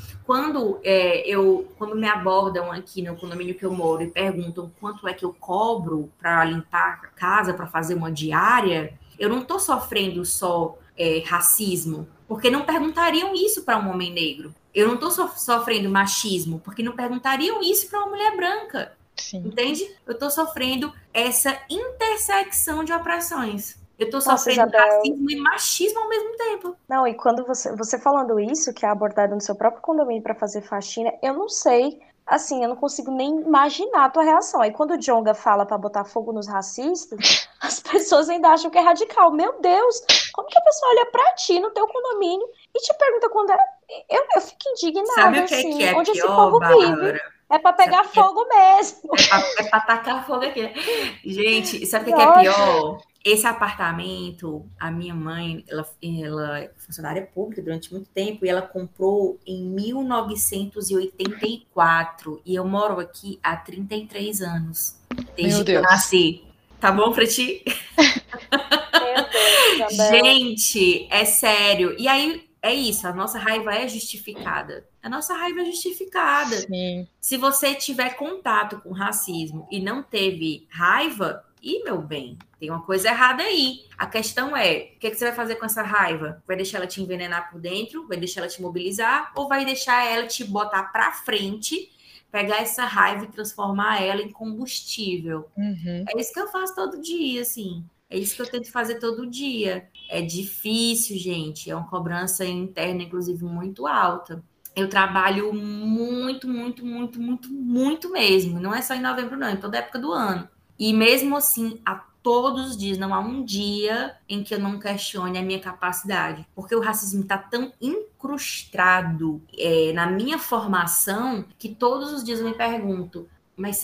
Quando me abordam aqui no condomínio que eu moro e perguntam quanto é que eu cobro para limpar a casa, para fazer uma diária, eu não estou sofrendo só racismo, porque não perguntariam isso para um homem negro. Eu não estou sofrendo machismo, porque não perguntariam isso para uma mulher branca. Sim. Entende? Eu estou sofrendo essa intersecção de opressões. Eu estou Nossa, sofrendo Isabel. racismo e machismo ao mesmo tempo. Não, e quando você falando isso, que é abordado no seu próprio condomínio para fazer faxina, eu não sei, assim, eu não consigo nem imaginar a tua reação. Aí quando o Djonga fala para botar fogo nos racistas, as pessoas ainda acham que é radical. Meu Deus, como que a pessoa olha para ti no teu condomínio e te pergunta quando é. Eu fico Sabe indignada, o que assim, é onde esse pior, povo vive. Bárbara? É para Sabe pegar o que é fogo mesmo. pra tacar fogo aqui. Gente, sabe Que o que é ódio. pior? Esse apartamento, a minha mãe, ela é funcionária pública durante muito tempo e ela comprou em 1984 e eu moro aqui há 33 anos, Meu desde que eu Deus. nasci. Tá bom pra ti? Meu Deus, Isabel. Gente, é sério. E aí é isso, a nossa raiva é justificada. A nossa raiva é justificada. Sim. Se você tiver contato com racismo e não teve raiva, e meu bem, tem uma coisa errada aí. A questão é, o que você vai fazer com essa raiva? Vai deixar ela te envenenar por dentro? Vai deixar ela te mobilizar? Ou vai deixar ela te botar pra frente, pegar essa raiva e transformar ela em combustível? Uhum. É isso que eu faço todo dia, assim. É isso que eu tento fazer todo dia. É difícil, gente. É uma cobrança interna, inclusive, muito alta. Eu trabalho muito, muito, muito, muito, muito mesmo. Não é só em novembro, não, em toda época do ano. E mesmo assim, a todos os dias, não há um dia em que eu não questione a minha capacidade. Porque o racismo está tão incrustado na minha formação que todos os dias eu me pergunto: mas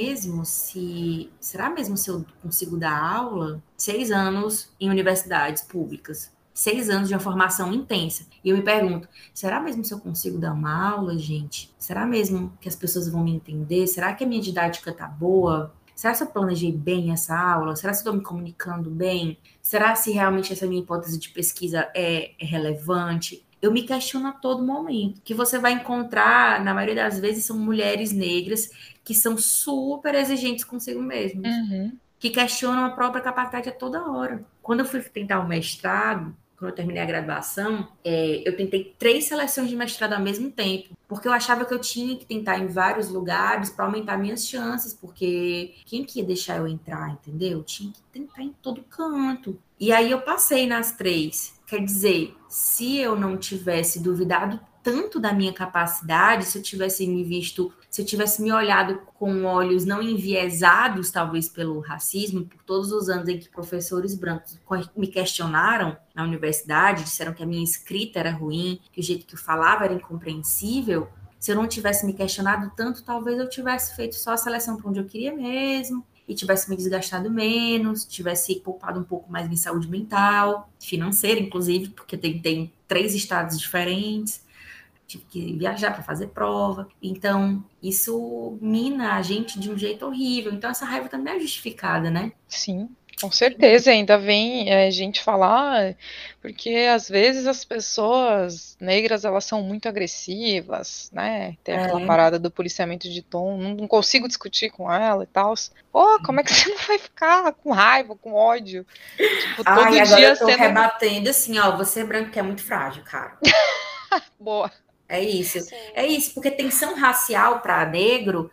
será mesmo se eu consigo dar aula? 6 anos em universidades públicas. 6 anos de uma formação intensa. E eu me pergunto, será mesmo se eu consigo dar uma aula, gente? Será mesmo que as pessoas vão me entender? Será que a minha didática tá boa? Será que eu planejei bem essa aula? Será que eu estou me comunicando bem? Será se realmente essa minha hipótese de pesquisa é relevante? Eu me questiono a todo momento. Que você vai encontrar, na maioria das vezes, são mulheres negras que são super exigentes consigo mesmas, Uhum. que questionam a própria capacidade a toda hora. Quando eu fui tentar o mestrado, quando eu terminei a graduação, eu tentei 3 seleções de mestrado ao mesmo tempo, porque eu achava que eu tinha que tentar em vários lugares para aumentar minhas chances, porque quem que ia deixar eu entrar, entendeu? Eu tinha que tentar em todo canto. E aí eu passei nas 3. Quer dizer, se eu não tivesse duvidado tanto da minha capacidade, se eu tivesse me visto se eu tivesse me olhado com olhos não enviesados, talvez pelo racismo, por todos os anos em que professores brancos me questionaram na universidade, disseram que a minha escrita era ruim, que o jeito que eu falava era incompreensível, se eu não tivesse me questionado tanto, talvez eu tivesse feito só a seleção para onde eu queria mesmo, e tivesse me desgastado menos, tivesse poupado um pouco mais em saúde mental, financeira, inclusive, porque tem 3 estados diferentes, tive que viajar para fazer prova. Então, isso mina a gente de um jeito horrível. Então, essa raiva também é justificada, né? Sim, com certeza. Ainda vem gente falar, porque às vezes as pessoas negras elas são muito agressivas, né? Tem aquela parada do policiamento de tom, não consigo discutir com ela e tal. Pô, como é que você não vai ficar com raiva, com ódio? Tipo, todo Ai, agora dia eu tô sendo. rebatendo assim, ó, você branco que é muito frágil, cara. Boa. É isso. Sim. É isso, porque tensão racial para negro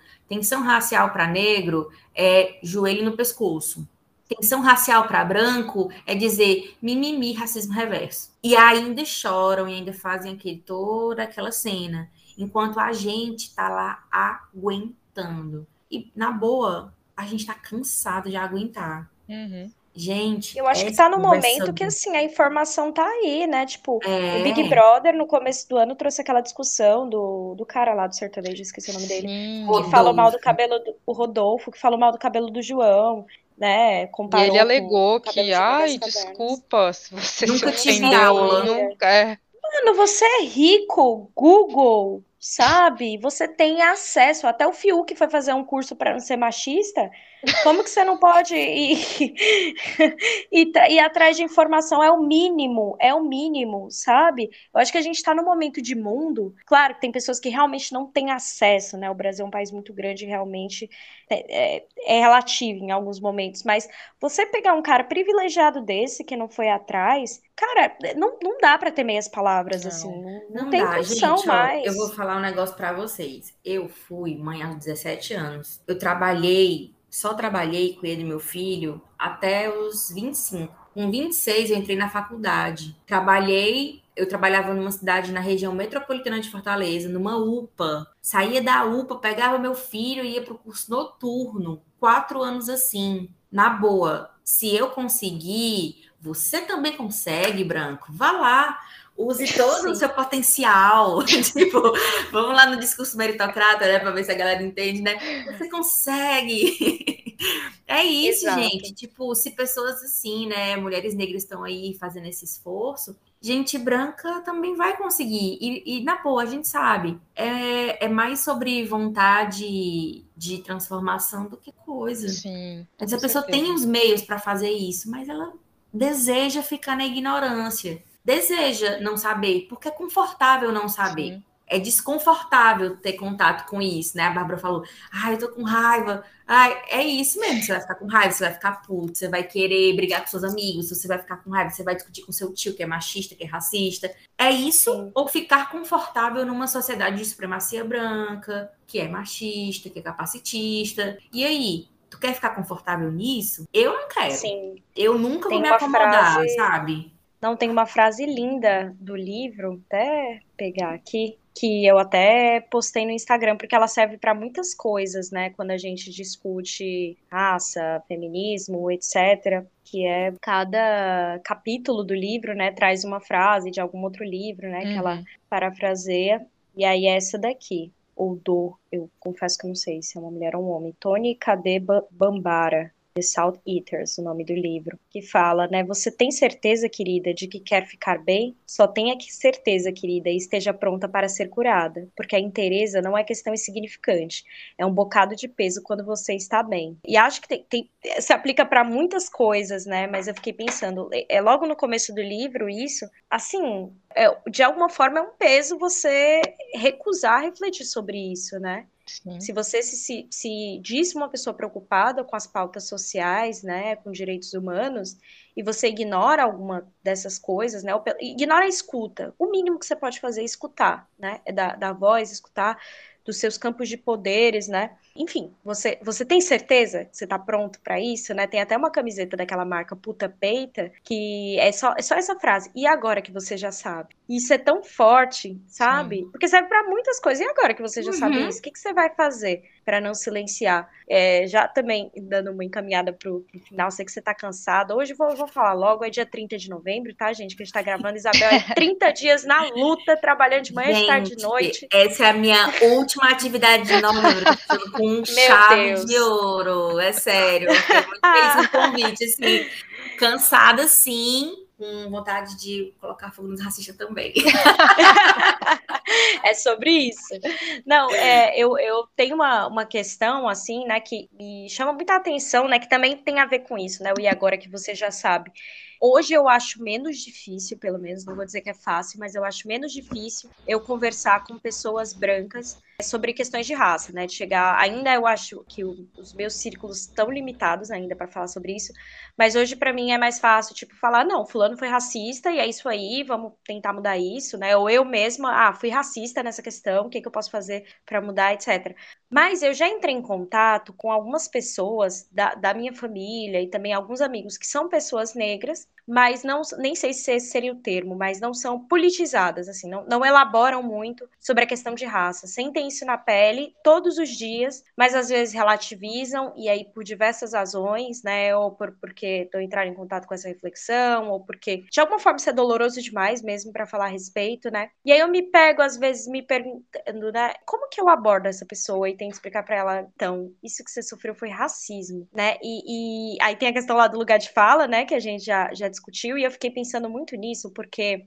é joelho no pescoço. Tensão racial para branco é dizer mimimi, racismo reverso. E ainda choram e ainda fazem toda aquela cena, enquanto a gente tá lá aguentando. E na boa, a gente tá cansado de aguentar. Uhum. Gente, Eu acho que essa tá no conversa momento que, assim, a informação tá aí, né? Tipo, o Big é Brother, no começo do ano, trouxe aquela discussão do cara lá do sertanejo, esqueci o nome dele, que Sim. falou mal do Rodolfo. cabelo o Rodolfo, que falou mal do cabelo do João, né? E ele Comparou com o alegou cabelo que, de João das ai, Cavernas. desculpa se você se Nunca tive ofendeu. Eu aula. nunca. É, Mano, você é rico, Google, sabe? Você tem acesso. Até o Fiuk foi fazer um curso para não ser machista. Como que você não pode ir, ir atrás de informação? É o mínimo, sabe? Eu acho que a gente está num momento de mundo. Claro que tem pessoas que realmente não têm acesso, né? O Brasil é um país muito grande, realmente é relativo em alguns momentos, mas você pegar um cara privilegiado desse que não foi atrás, cara, não dá pra ter meias palavras assim, não. não Não tem dá, condição gente, ó, eu vou mais. falar um negócio pra vocês. Eu fui mãe aos 17 anos. Eu trabalhei, só trabalhei com ele e meu filho até os 25. Com 26 eu entrei na faculdade. Eu trabalhava numa cidade na região metropolitana de Fortaleza, numa UPA. Saía da UPA, pegava meu filho e ia pro curso noturno. 4 anos assim, na boa. Se eu conseguir, você também consegue, Branco. Vá lá. Use todo o Sim, seu potencial. Tipo, vamos lá no discurso meritocrata, né? Para ver se a galera entende, né? Você consegue. É isso, exato. gente. Tipo, se pessoas assim, né? Mulheres negras estão aí fazendo esse esforço, gente branca também vai conseguir. E na boa, a gente sabe. É mais sobre vontade de transformação do que coisa. Sim, Mas com a pessoa tem certeza. os meios para fazer isso, mas ela deseja ficar na ignorância, deseja não saber, porque é confortável não saber. Sim. É desconfortável ter contato com isso, né? A Bárbara falou: ai, eu tô com raiva. Ai, é isso mesmo. Você vai ficar com raiva, você vai ficar puto, você vai querer brigar com seus amigos, você vai ficar com raiva, você vai discutir com seu tio que é machista, que é racista. É isso Sim. ou ficar confortável numa sociedade de supremacia branca, que é machista, que é capacitista. E aí? Tu quer ficar confortável nisso? Eu não quero. Sim. Eu nunca vou Tem me uma frase, acomodar, sabe? não tem uma frase linda do livro, até pegar aqui, que eu até postei no Instagram, porque ela serve para muitas coisas, né? Quando a gente discute raça, feminismo, etc. Que é cada capítulo do livro, né, traz uma frase de algum outro livro, né, que ela Uhum. parafraseia. E aí é essa daqui, ou eu confesso que eu não sei se é uma mulher ou um homem. Tony Kadeba Bambara, The Salt Eaters, o nome do livro, que fala, né? Você tem certeza, querida, de que quer ficar bem? Só tenha que certeza, querida, e esteja pronta para ser curada, porque a inteireza não é questão insignificante, é um bocado de peso quando você está bem. E acho que se aplica para muitas coisas, né? Mas eu fiquei pensando, logo no começo do livro isso, assim, de alguma forma é um peso você recusar refletir sobre isso, né? Sim. Se você se diz uma pessoa preocupada com as pautas sociais, né, com direitos humanos, e você ignora alguma dessas coisas, né, ignora a escuta. O mínimo que você pode fazer é escutar, né, é dar voz, escutar dos seus campos de poderes, né, enfim, você tem certeza que você tá pronto pra isso, né? Tem até uma camiseta daquela marca Puta Peita, que é só essa frase. E agora que você já sabe? Isso é tão forte, Sim. sabe? Porque serve pra muitas coisas. E agora que você já sabe Uhum. isso? O que você vai fazer pra não silenciar? Já também dando uma encaminhada pro final, sei que você tá cansado. Hoje eu vou falar logo, é dia 30 de novembro, tá, gente? Que a gente tá gravando. Isabel é 30 dias na luta, trabalhando de manhã, de tarde, de Gente, noite. essa é a minha última atividade de novembro. Eu tô fazendo com Meu chave de Deus. ouro. É sério. Eu fiquei muito feliz com o convite, assim. Cansada, sim. Com vontade de colocar fogo nos racistas também. É sobre isso. Não, eu tenho uma questão, assim, né, que me chama muita atenção, né, que também tem a ver com isso, né, o e agora que você já sabe. Hoje eu acho menos difícil, pelo menos, não vou dizer que é fácil, mas eu acho menos difícil eu conversar com pessoas brancas sobre questões de raça, né, de chegar, ainda eu acho que os meus círculos estão limitados ainda para falar sobre isso, mas hoje para mim é mais fácil, tipo, falar, não, fulano foi racista e é isso aí, vamos tentar mudar isso, né? Ou eu mesma, fui racista nessa questão, o que que eu posso fazer para mudar, etc. Mas eu já entrei em contato com algumas pessoas da minha família e também alguns amigos que são pessoas negras, mas não, nem sei se esse seria o termo, mas não são politizadas, assim, não elaboram muito sobre a questão de raça. Sentem isso na pele todos os dias, mas às vezes relativizam, e aí por diversas razões, né? Ou porque estão entrando em contato com essa reflexão, ou porque de alguma forma isso é doloroso demais mesmo para falar a respeito, né? E aí eu me pego, às vezes, me perguntando, né? Como que eu abordo essa pessoa e tento explicar para ela, então, isso que você sofreu foi racismo, né? E aí tem a questão lá do lugar de fala, né? Que a gente já discutiu, e eu fiquei pensando muito nisso, porque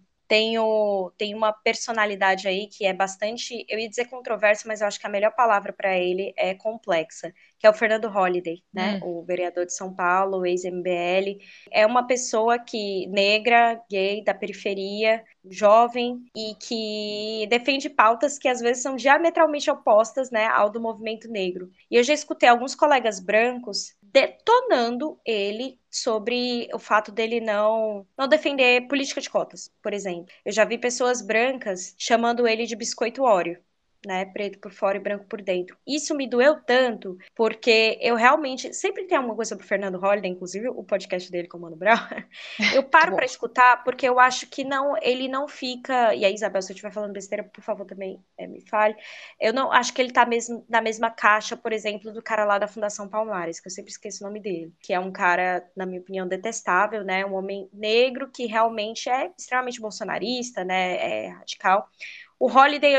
tem uma personalidade aí que é bastante, eu ia dizer controversa, mas eu acho que a melhor palavra para ele é complexa, que é o Fernando Holliday, né? O vereador de São Paulo, ex-MBL. É uma pessoa que negra, gay, da periferia, jovem e que defende pautas que às vezes são diametralmente opostas, né, ao do movimento negro. E eu já escutei alguns colegas brancos detonando ele sobre o fato dele não defender política de cotas, por exemplo. Eu já vi pessoas brancas chamando ele de biscoito Oreo, né, preto por fora e branco por dentro. Isso me doeu tanto, porque eu realmente sempre tem alguma coisa pro Fernando Holliday, inclusive o podcast dele com o Mano Brown. Eu Muito paro bom. para escutar porque eu acho que não, ele não fica, e aí, Isabel, se eu estiver falando besteira, por favor, também me fale. Eu não acho que ele tá mesmo na mesma caixa, por exemplo, do cara lá da Fundação Palmares, que eu sempre esqueço o nome dele, que é um cara, na minha opinião, detestável, né? Um homem negro que realmente é extremamente bolsonarista, né? É radical. O Holiday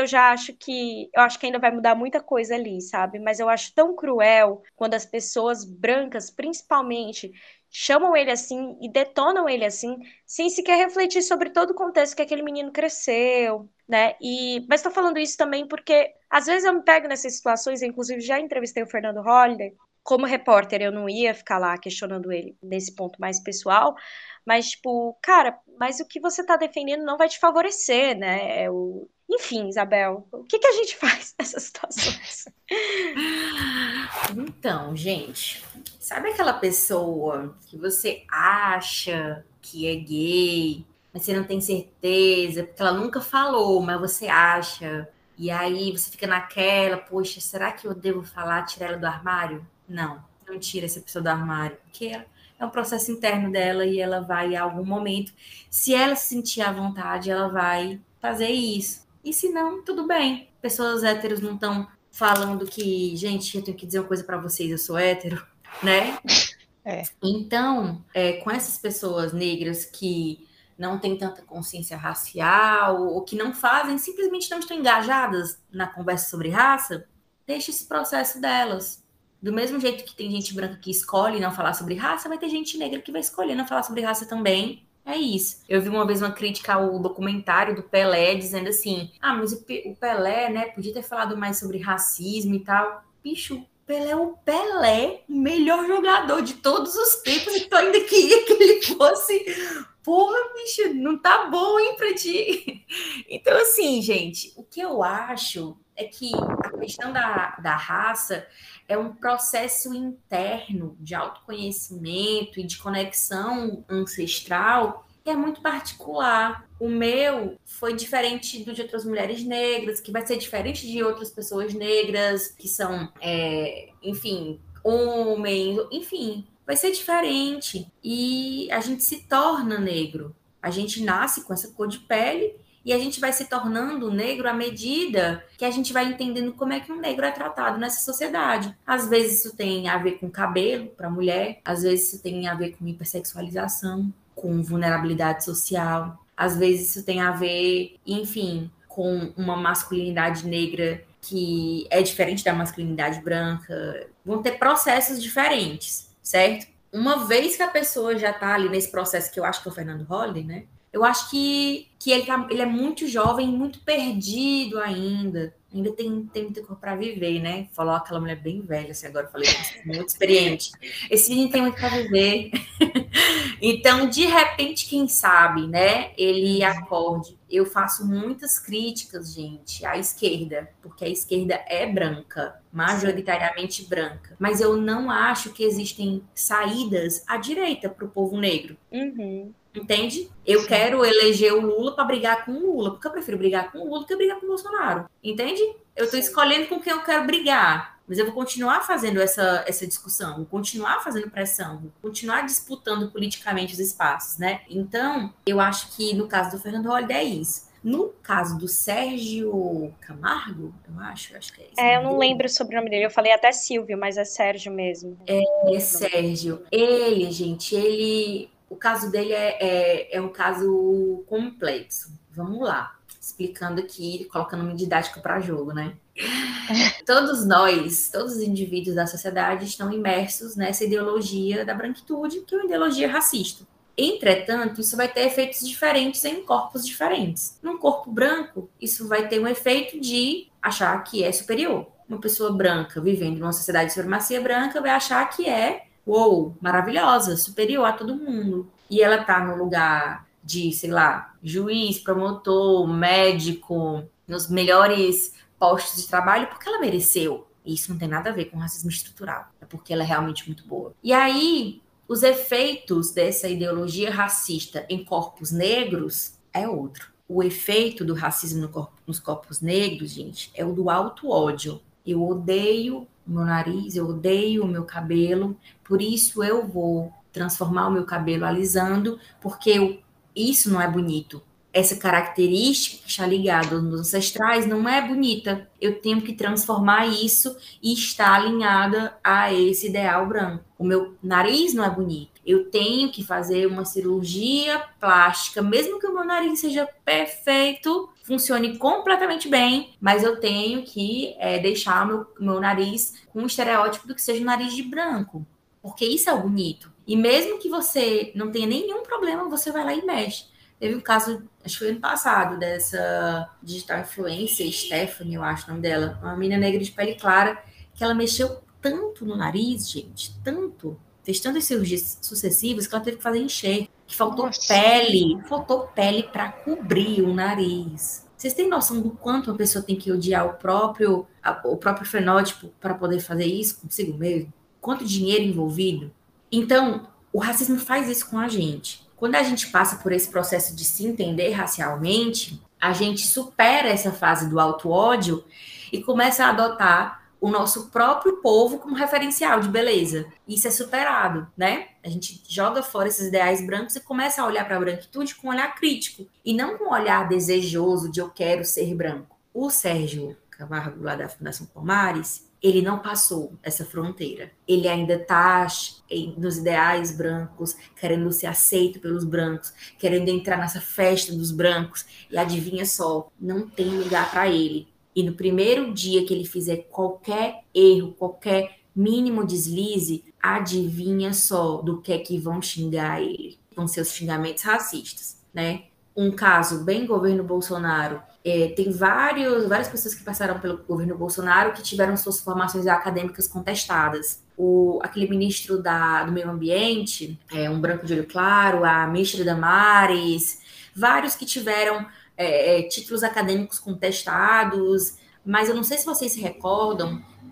eu acho que ainda vai mudar muita coisa ali, sabe? Mas eu acho tão cruel quando as pessoas brancas, principalmente, chamam ele assim e detonam ele assim, sem sequer refletir sobre todo o contexto que aquele menino cresceu, né? Mas tô falando isso também porque às vezes eu me pego nessas situações, eu, inclusive já entrevistei o Fernando Holliday. Como repórter, eu não ia ficar lá questionando ele nesse ponto mais pessoal, mas, tipo, cara, mas o que você tá defendendo não vai te favorecer, né? Enfim, Isabel, o que que a gente faz nessas situações? Então, gente, sabe aquela pessoa que você acha que é gay, mas você não tem certeza, porque ela nunca falou, mas você acha. E aí você fica naquela, poxa, será que eu devo falar, tirar ela do armário? Não tira essa pessoa do armário, porque é um processo interno dela e ela vai, em algum momento, se ela se sentir à vontade, ela vai fazer isso. E se não, tudo bem. Pessoas héteros não estão falando que, gente, eu tenho que dizer uma coisa pra vocês, eu sou hétero, né? É. Então, com essas pessoas negras que não têm tanta consciência racial ou que não fazem, simplesmente não estão engajadas na conversa sobre raça, deixa esse processo delas. Do mesmo jeito que tem gente branca que escolhe não falar sobre raça, vai ter gente negra que vai escolher não falar sobre raça também. É isso. Eu vi uma vez uma crítica ao documentário do Pelé, dizendo assim, mas o Pelé, né, podia ter falado mais sobre racismo e tal. Bicho, Pelé é o Pelé, o melhor jogador de todos os tempos, e tu ainda queria que ele fosse... Porra, bicho, não tá bom, hein, pra ti? Então, assim, gente, o que eu acho é que a questão da raça é um processo interno de autoconhecimento e de conexão ancestral que é muito particular. O meu foi diferente do de outras mulheres negras, que vai ser diferente de outras pessoas negras, que são, enfim, homens, enfim, vai ser diferente. E a gente se torna negro. A gente nasce com essa cor de pele e a gente vai se tornando negro à medida que a gente vai entendendo como é que um negro é tratado nessa sociedade. Às vezes isso tem a ver com cabelo para mulher, às vezes isso tem a ver com hipersexualização, com vulnerabilidade social, às vezes isso tem a ver, enfim, com uma masculinidade negra que é diferente da masculinidade branca. Vão ter processos diferentes, certo? Uma vez que a pessoa já tá ali nesse processo, que eu acho que é o Fernando Holliday, né? Eu acho que ele é muito jovem, muito perdido ainda. Ainda tem muita coisa para viver, né? Falou aquela mulher bem velha, assim, agora eu falei, muito experiente. Esse menino tem muito para viver. Então, de repente, quem sabe, né? Ele acorde. Eu faço muitas críticas, gente, à esquerda, porque a esquerda é branca, majoritariamente branca. Mas eu não acho que existem saídas à direita para o povo negro. Entende? Eu quero eleger o Lula para brigar com o Lula, porque eu prefiro brigar com o Lula do que brigar com o Bolsonaro. Entende? Eu estou escolhendo com quem eu quero brigar. Mas eu vou continuar fazendo essa discussão, vou continuar fazendo pressão, vou continuar disputando politicamente os espaços, né? Então, eu acho que no caso do Fernando Holliday é isso. No caso do Sérgio Camargo, eu acho que é isso. Eu não lembro o sobrenome dele, eu falei até Silvio, mas é Sérgio mesmo. É Sérgio. Ele, gente, o caso dele é um caso complexo. Vamos lá, explicando aqui, colocando uma didática para jogo, né? Todos nós, todos os indivíduos da sociedade estão imersos nessa ideologia da branquitude, que é uma ideologia racista. Entretanto, isso vai ter efeitos diferentes em corpos diferentes. Num corpo branco, isso vai ter um efeito de achar que é superior. Uma pessoa branca vivendo numa sociedade de supremacia branca vai achar que é, maravilhosa, superior a todo mundo. E ela tá no lugar de, sei lá, juiz, promotor, médico, nos melhores postos de trabalho, porque ela mereceu. E isso não tem nada a ver com racismo estrutural. É porque ela é realmente muito boa. E aí, os efeitos dessa ideologia racista em corpos negros é outro. O efeito do racismo nos corpos negros, gente, é o do auto-ódio. Eu odeio o meu nariz, eu odeio o meu cabelo, por isso eu vou transformar o meu cabelo alisando, porque isso não é bonito. Essa característica que está ligada aos ancestrais não é bonita. Eu tenho que transformar isso e estar alinhada a esse ideal branco. O meu nariz não é bonito. Eu tenho que fazer uma cirurgia plástica, mesmo que o meu nariz seja perfeito, funcione completamente bem, mas eu tenho que deixar meu nariz com um estereótipo do que seja um nariz de branco. Porque isso é o bonito. E mesmo que você não tenha nenhum problema, você vai lá e mexe. Teve um caso, acho que foi ano passado, dessa digital influencer, Stephanie, eu acho o nome dela, uma menina negra de pele clara, que ela mexeu tanto no nariz, gente, tanto, fez tantas cirurgias sucessivas que ela teve que fazer enxerto, que faltou pele para cobrir o nariz. Vocês têm noção do quanto uma pessoa tem que odiar o próprio fenótipo para poder fazer isso consigo mesmo? Quanto dinheiro envolvido? Então, o racismo faz isso com a gente. Quando a gente passa por esse processo de se entender racialmente, a gente supera essa fase do auto-ódio e começa a adotar o nosso próprio povo como referencial de beleza. Isso é superado, né? A gente joga fora esses ideais brancos e começa a olhar para a branquitude com um olhar crítico e não com um olhar desejoso de eu quero ser branco. O Sérgio Camargo, lá da Fundação Palmares, ele não passou essa fronteira. Ele ainda está nos ideais brancos, querendo ser aceito pelos brancos, querendo entrar nessa festa dos brancos. E adivinha só, não tem lugar para ele. E no primeiro dia que ele fizer qualquer erro, qualquer mínimo deslize, adivinha só do que é que vão xingar ele. Com seus xingamentos racistas, né? Um caso bem governo Bolsonaro. Tem várias pessoas que passaram pelo governo Bolsonaro que tiveram suas formações acadêmicas contestadas. Aquele ministro do meio ambiente, um branco de olho claro, a ministra Damares, vários que tiveram títulos acadêmicos contestados, mas eu não sei se vocês se recordam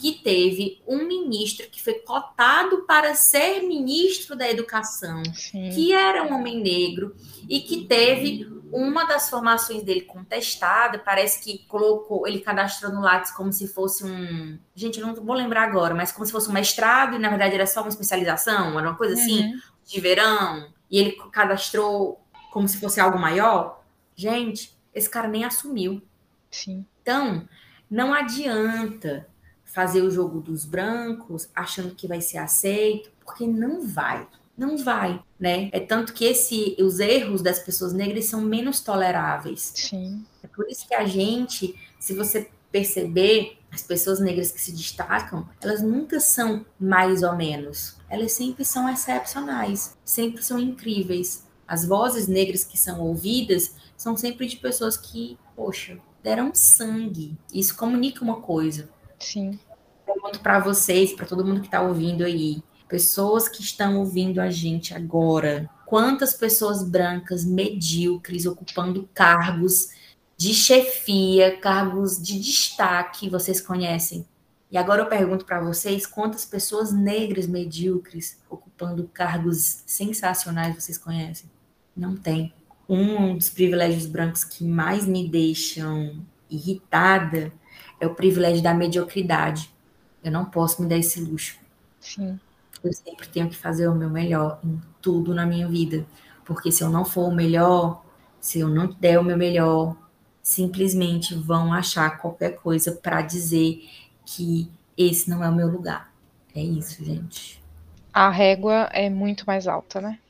que teve um ministro que foi cotado para ser ministro da Educação, que era um homem negro e que teve uma das formações dele contestada, parece que ele cadastrou no Lattes como se fosse um... Gente, eu não vou lembrar agora, mas como se fosse um mestrado, e na verdade era só uma especialização, era uma coisa assim, de verão, e ele cadastrou como se fosse algo maior. Gente, esse cara nem assumiu. Sim. Então, não adianta fazer o jogo dos brancos achando que vai ser aceito, porque não vai. Não vai, né? É tanto que os erros das pessoas negras são menos toleráveis. Sim. É por isso que a gente, se você perceber, as pessoas negras que se destacam, elas nunca são mais ou menos. Elas sempre são excepcionais, sempre são incríveis. As vozes negras que são ouvidas são sempre de pessoas que, poxa, deram sangue. Isso comunica uma coisa. Sim. Pergunto para vocês, para todo mundo que está ouvindo aí, pessoas que estão ouvindo a gente agora, quantas pessoas brancas medíocres ocupando cargos de chefia, cargos de destaque vocês conhecem? E agora eu pergunto para vocês, quantas pessoas negras medíocres ocupando cargos sensacionais vocês conhecem? Não tem. Um dos privilégios brancos que mais me deixam irritada é o privilégio da mediocridade. Eu não posso me dar esse luxo. Sim. Eu sempre tenho que fazer o meu melhor em tudo na minha vida. Porque se eu não for o melhor, se eu não der o meu melhor, simplesmente vão achar qualquer coisa para dizer que esse não é o meu lugar. É isso, gente. A régua é muito mais alta, né?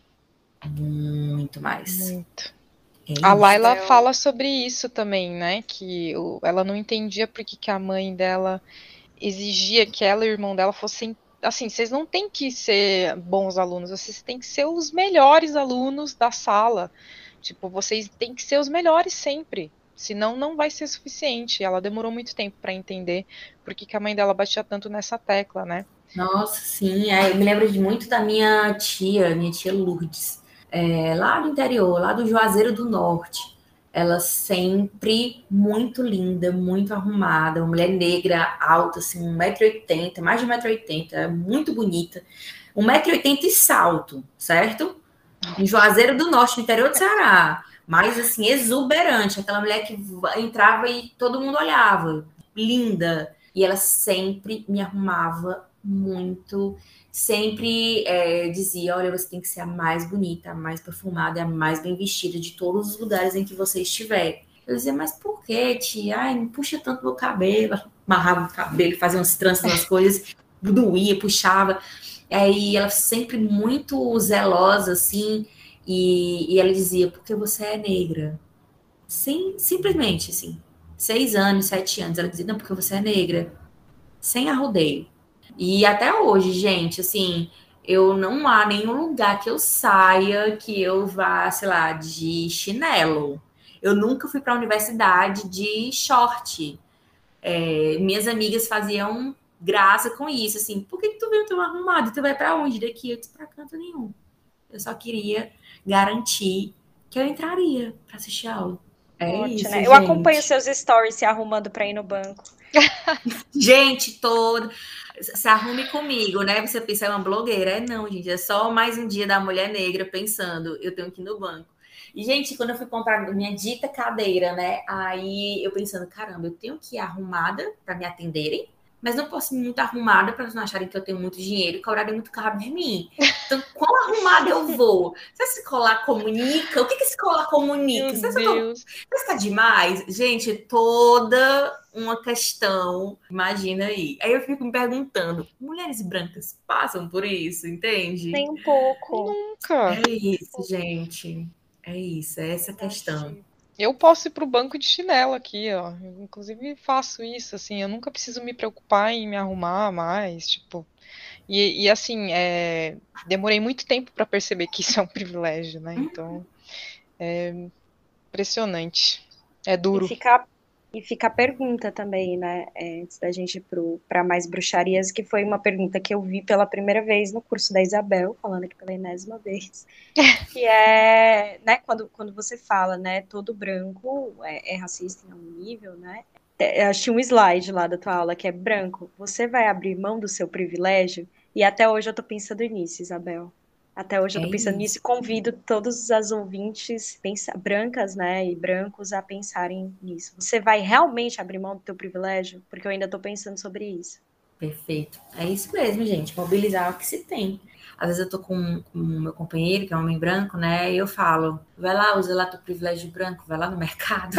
Muito mais. Muito. É A isso. Laila fala sobre isso também, né? Que ela não entendia porque que a mãe dela exigia que ela e o irmão dela fossem... Assim, vocês não têm que ser bons alunos, vocês têm que ser os melhores alunos da sala. Tipo, vocês têm que ser os melhores sempre. Senão não vai ser suficiente. Ela demorou muito tempo para entender por que a mãe dela batia tanto nessa tecla, né? Nossa, sim. Eu me lembro muito da minha tia Lourdes, lá do interior, lá do Juazeiro do Norte. Ela sempre muito linda, muito arrumada, uma mulher negra, alta, assim, 1,80 m, mais de 1,80 m, muito bonita. 1,80 m e salto, certo? Em Juazeiro do Norte, no interior do Ceará. Mas, assim, exuberante. Aquela mulher que entrava e todo mundo olhava. Linda. E ela sempre me arrumava muito. Sempre dizia, olha, você tem que ser a mais bonita, a mais perfumada, a mais bem vestida de todos os lugares em que você estiver. Eu dizia, mas por que, tia? Ai, não puxa tanto meu cabelo. Amarrava o cabelo, fazia umas tranças nas coisas, doía, puxava. Aí ela sempre muito zelosa, assim, e ela dizia, porque você é negra. Simplesmente, assim, 6 anos, 7 anos, ela dizia, não, porque você é negra. Sem arrodeio. E até hoje, gente, assim, eu não há nenhum lugar que eu saia que eu vá, sei lá, de chinelo. Eu nunca fui para a universidade de short. Minhas amigas faziam graça com isso, assim, por que tu veio tão arrumado? Tu vai para onde daqui? Eu disse, pra canto nenhum. Eu só queria garantir que eu entraria para assistir a aula. Forte, Isso, né? gente. Eu acompanho seus stories se arrumando para ir no banco. Gente, se arrume comigo, né? Você pensa, é uma blogueira. Não, gente, é só mais um dia da mulher negra pensando, eu tenho que ir no banco. E, gente, quando eu fui comprar minha dita cadeira, né? Aí eu pensando, caramba, eu tenho que ir arrumada para me atenderem, mas não posso ir muito arrumada para não acharem que eu tenho muito dinheiro e cobrarem muito caro de mim. Então, quão arrumada eu vou? Se esse colar comunica? O que esse colar comunica? Meu Deus. Você tá demais? Gente, toda uma questão. Imagina aí. Aí eu fico me perguntando, mulheres brancas passam por isso, entende? Nem um pouco. Nunca. É isso, gente. É isso, é essa questão. Eu posso ir pro banco de chinelo aqui, ó. Eu, inclusive, faço isso, assim. Eu nunca preciso me preocupar em me arrumar mais, tipo... E assim, demorei muito tempo para perceber que isso é um privilégio, né? Então, é impressionante. É duro. E fica a pergunta também, né? Antes da gente ir para mais bruxarias, que foi uma pergunta que eu vi pela primeira vez no curso da Isabel, falando aqui pela 10ª vez, que é, né, quando você fala, né, todo branco é racista em algum nível, né? Achei um slide lá da tua aula que é branco. Você vai abrir mão do seu privilégio? E até hoje eu tô pensando nisso, Isabel. Até hoje eu É tô pensando nisso isso. e convido todos as ouvintes brancas, né, e brancos a pensarem nisso. Você vai realmente abrir mão do teu privilégio? Porque eu ainda tô pensando sobre isso. Perfeito. É isso mesmo, gente. Mobilizar o que se tem. Às vezes eu tô com o meu companheiro, que é um homem branco, né? E eu falo, vai lá, usa lá teu privilégio branco, vai lá no mercado.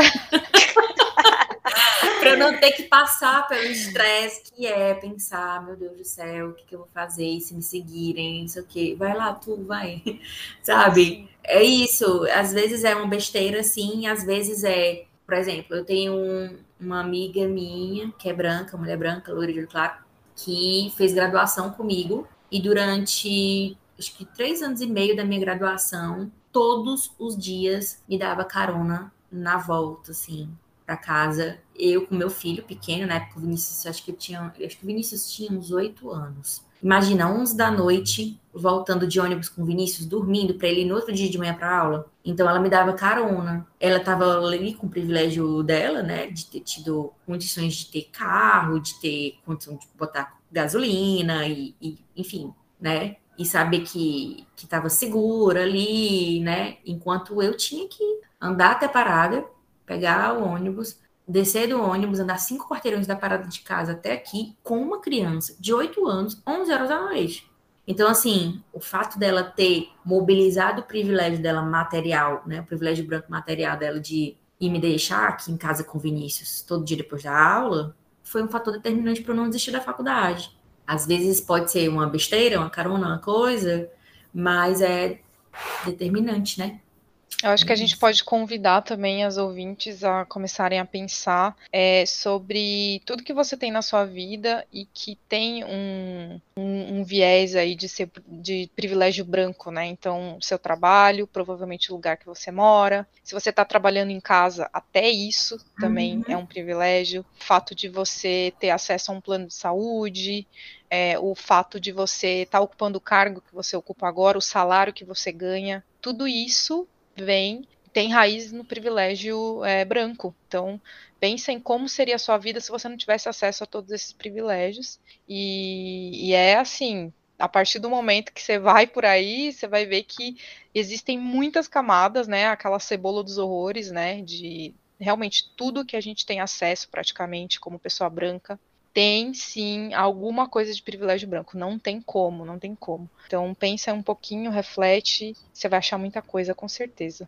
Para eu não ter que passar pelo estresse que é pensar, meu Deus do céu, o que, que eu vou fazer e se me seguirem, não sei o quê. Vai lá, tu, vai. Sabe? Sim. É isso. Às vezes é uma besteira, assim, às vezes é. Por exemplo, eu tenho uma amiga minha, que é branca, mulher branca, loira de olho claro, que fez graduação comigo e durante acho que 3 anos e meio da minha graduação, todos os dias me dava carona na volta, assim, para casa. Eu com meu filho pequeno, na época o Vinícius, acho que o Vinícius tinha uns 8 anos. Imagina, 11 da noite, voltando de ônibus com o Vinícius, dormindo para ele ir no outro dia de manhã para aula. Então ela me dava carona. Ela estava ali com o privilégio dela, né, de ter tido condições de ter carro, de ter condição de botar gasolina e enfim, né? E saber que estava segura ali, né? Enquanto eu tinha que andar até a parada, pegar o ônibus, descer do ônibus, andar 5 quarteirões da parada de casa até aqui com uma criança de 8 anos, 11 horas da noite. Então, assim, o fato dela ter mobilizado o privilégio dela material, né, o privilégio branco material dela de ir me deixar aqui em casa com o Vinícius todo dia depois da aula, foi um fator determinante para eu não desistir da faculdade. Às vezes pode ser uma besteira, uma carona, uma coisa, mas é determinante, né? Eu acho É que a gente isso. pode convidar também as ouvintes a começarem a pensar sobre tudo que você tem na sua vida e que tem um viés aí de privilégio branco, né? Então, seu trabalho, provavelmente o lugar que você mora. Se você está trabalhando em casa, até isso também é um privilégio. O fato de você ter acesso a um plano de saúde, o fato de você estar ocupando o cargo que você ocupa agora, o salário que você ganha, tudo isso tem raiz no privilégio branco. Então, pensa em como seria a sua vida se você não tivesse acesso a todos esses privilégios. E é assim, a partir do momento que você vai por aí, você vai ver que existem muitas camadas, né? Aquela cebola dos horrores, né? De realmente tudo que a gente tem acesso praticamente como pessoa branca tem sim alguma coisa de privilégio branco. Não tem como, não tem como. Então pensa um pouquinho, reflete, você vai achar muita coisa com certeza.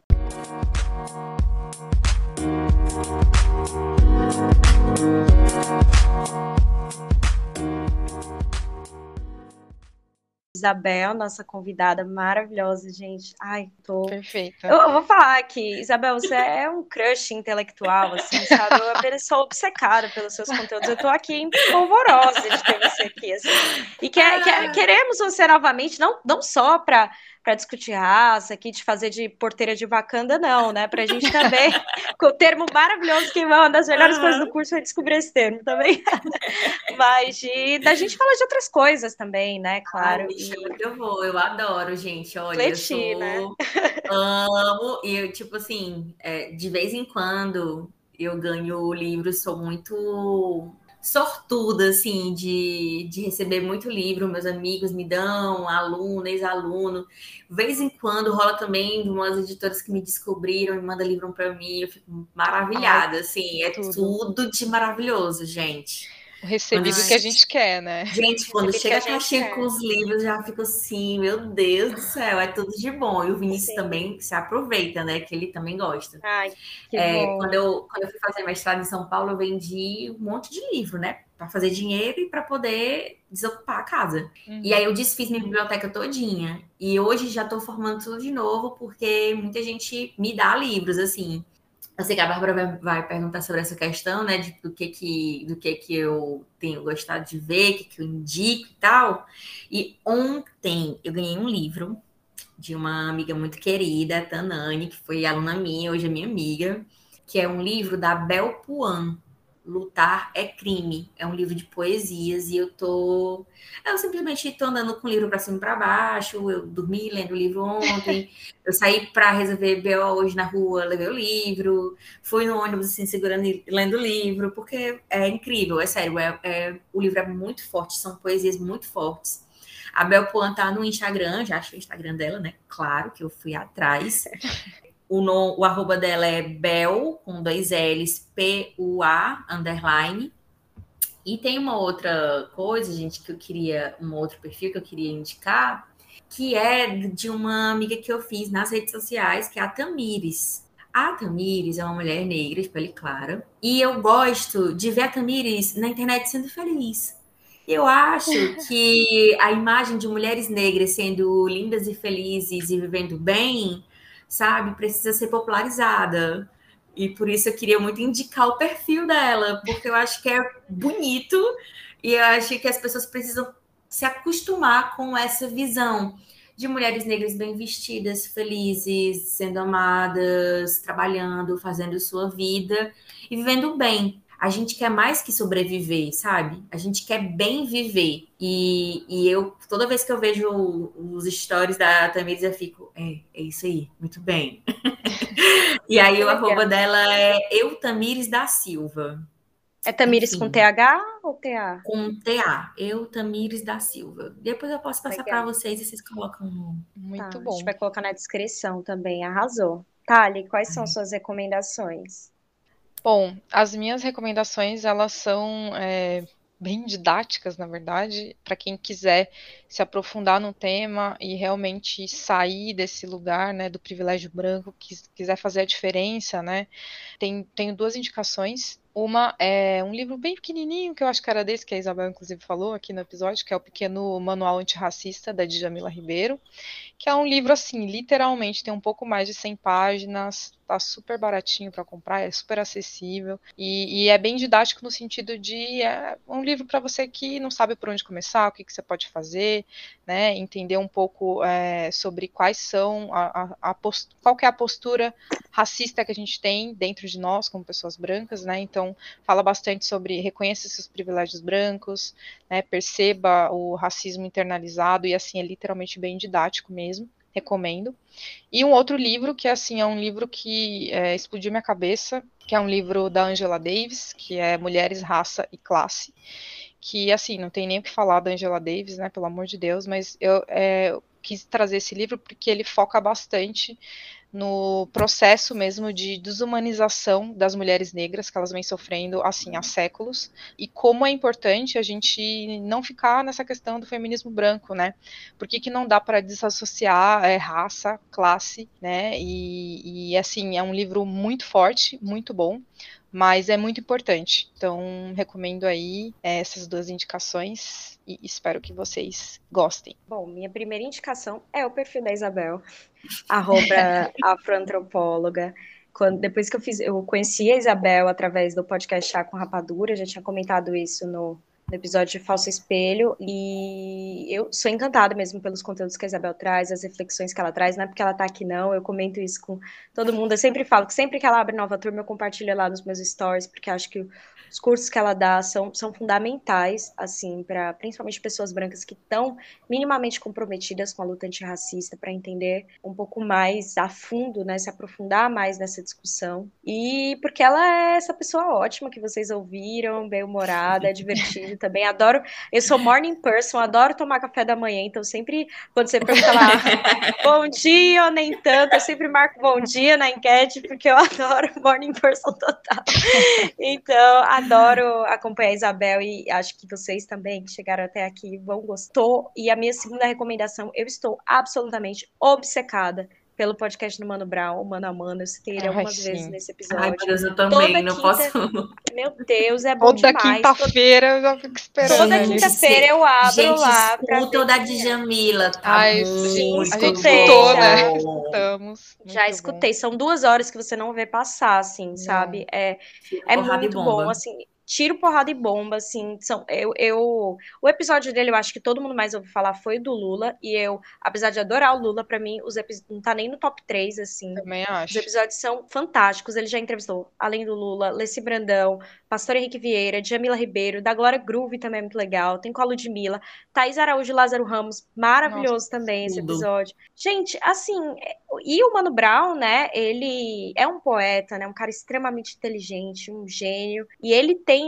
Isabel, nossa convidada maravilhosa, gente. Ai, tô. Perfeita. Eu vou falar aqui, Isabel, você é um crush intelectual, assim, sabe? Eu apenas sou obcecada pelos seus conteúdos. Eu tô aqui polvorosa de ter você aqui, assim. E queremos você novamente, não só para discutir raça, aqui, de fazer de porteira de Wakanda, não, né? Pra gente também, com o termo maravilhoso, que é uma das melhores coisas do curso é descobrir esse termo também. Mas da gente falar de outras coisas também, né? Ai, Claro. me E chama que eu vou. Eu adoro, gente. Olha, eu refletir, né? sou. Amo. E eu, tipo assim, de vez em quando eu ganho livros, sou muito sortuda, assim, de receber muito livro. Meus amigos me dão, aluno, ex-aluno. De vez em quando rola também de umas editoras que me descobriram e mandam livro para mim. Eu fico Ai, maravilhada, assim. É tudo. tudo de maravilhoso, gente. O Quando recebido que Ai, a gente quer, né? Gente, quando recebi que chega a a gente caixinha com quer. os livros, já fico assim, meu Deus do céu, é tudo de bom. E o Vinícius Sim. também se aproveita, né? Que ele também gosta. Ai, que bom. Quando eu fui fazer mestrado em São Paulo, eu vendi um monte de livro, né? Para fazer dinheiro e para poder desocupar a casa. E aí Uhum. eu desfiz minha biblioteca todinha. E hoje já estou formando tudo de novo, porque muita gente me dá livros, assim. Eu sei que a Bárbara vai perguntar sobre essa questão, né? Do que eu tenho gostado de ver, o que eu indico e tal. E ontem eu ganhei um livro de uma amiga muito querida, a Tanane, que foi aluna minha, hoje é minha amiga, que é um livro da Bel Puan. Lutar é Crime. É um livro de poesias e eu simplesmente tô andando com o livro para cima e para baixo. Eu dormi lendo o livro ontem. Eu saí para resolver BO hoje na rua, levei o livro. Fui no ônibus assim, segurando e lendo o livro, porque é incrível, é sério. O livro é muito forte, são poesias muito fortes. A Bel Puan tá no Instagram, já achei o Instagram dela, né? Claro que eu fui atrás. O arroba dela é Bel, com 2 L's, P-U-A, _. E tem uma outra coisa, gente, um outro perfil que eu queria indicar, que é de uma amiga que eu fiz nas redes sociais, que é a Tamires. A Tamires é uma mulher negra, de pele clara, e eu gosto de ver a Tamires na internet sendo feliz. Eu acho que a imagem de mulheres negras sendo lindas e felizes e vivendo bem, sabe, precisa ser popularizada. E por isso eu queria muito indicar o perfil dela, porque eu acho que é bonito e eu acho que as pessoas precisam se acostumar com essa visão de mulheres negras bem vestidas, felizes, sendo amadas, trabalhando, fazendo sua vida e vivendo bem. A gente quer mais que sobreviver, sabe? A gente quer bem viver. E eu, toda vez que eu vejo os stories da Tamires, eu fico, é isso aí, muito bem. E aí o arroba dela é Eutamires da Silva. É Tamires com TH ou TA? Com TA, Eutamires da Silva. Depois eu posso passar para vocês e vocês colocam no... Muito bom. A gente vai colocar na descrição também, arrasou. Thali, quais são suas recomendações? Bom, as minhas recomendações, elas são bem didáticas, na verdade, para quem quiser se aprofundar no tema e realmente sair desse lugar, né, do privilégio branco, quiser fazer a diferença, né, tenho 2 indicações. Uma é um livro bem pequenininho, que eu acho que era desse que a Isabel, inclusive, falou aqui no episódio, que é o Pequeno Manual Antirracista, da Djamila Ribeiro, que é um livro, assim, literalmente, tem um pouco mais de 100 páginas, tá super baratinho para comprar, é super acessível, e é bem didático no sentido de um livro para você que não sabe por onde começar, o que você pode fazer, né, entender um pouco sobre quais são, qual que é a postura racista que a gente tem dentro de nós, como pessoas brancas, né, então fala bastante sobre reconheça seus privilégios brancos, né, perceba o racismo internalizado, e assim, é literalmente bem didático mesmo, recomendo. E um outro livro, que assim, é um livro que explodiu minha cabeça, que é um livro da Angela Davis, que é Mulheres, Raça e Classe, que assim, não tem nem o que falar da Angela Davis, né, pelo amor de Deus, mas eu quis trazer esse livro porque ele foca bastante no processo mesmo de desumanização das mulheres negras que elas vêm sofrendo assim há séculos, e como é importante a gente não ficar nessa questão do feminismo branco, né? Por que não dá para desassociar raça, classe, né? E assim, é um livro muito forte, muito bom, mas é muito importante. Então, recomendo aí essas 2 indicações e espero que vocês gostem. Bom, minha primeira indicação é o perfil da Isabel, @afroantropóloga. Depois que eu conheci a Isabel através do podcast Chá com Rapadura, já tinha comentado isso no episódio de Falso Espelho, e eu sou encantada mesmo pelos conteúdos que a Isabel traz, as reflexões que ela traz, não é porque ela tá aqui não, eu comento isso com todo mundo, eu sempre falo que sempre que ela abre nova turma eu compartilho lá nos meus stories, porque acho que os cursos que ela dá são fundamentais, assim, para principalmente pessoas brancas que estão minimamente comprometidas com a luta antirracista, para entender um pouco mais a fundo, né, se aprofundar mais nessa discussão. E porque ela é essa pessoa ótima que vocês ouviram, bem-humorada, é divertida também. Adoro, eu sou morning person, adoro tomar café da manhã, então sempre, quando você pergunta lá, bom dia ou nem tanto, eu sempre marco bom dia na enquete, porque eu adoro morning person total. Então, adoro acompanhar a Isabel e acho que vocês também que chegaram até aqui vão gostar. E a minha segunda recomendação, eu estou absolutamente obcecada pelo podcast do Mano Brown, o Mano a Mano. Eu citei ele algumas vezes nesse episódio. Ai, meu Deus, eu também, não posso... Meu Deus, é bom demais. Toda quinta-feira eu já fico esperando. Toda quinta-feira eu abro lá pra ver. O da Djamila, tá? A gente escutou, né? Escutamos. Já escutei. São 2 horas que você não vê passar, assim, sabe? É muito bom, assim. tiro, porrada e bomba, assim, o episódio dele, eu acho que todo mundo mais ouviu falar foi o do Lula, e eu, apesar de adorar o Lula, pra mim, não tá nem no top 3 assim, Também os acho. episódios são fantásticos, ele já entrevistou, além do Lula, Leci Brandão, Pastor Henrique Vieira, Djamila Ribeiro, da Glória Groove também é muito legal, tem com a Ludmilla, Thaís Araújo e Lázaro Ramos, Nossa, maravilhoso também esse Tudo. episódio. Gente, assim, e o Mano Brown, né, ele é um poeta, né, um cara extremamente inteligente, um gênio, e ele tem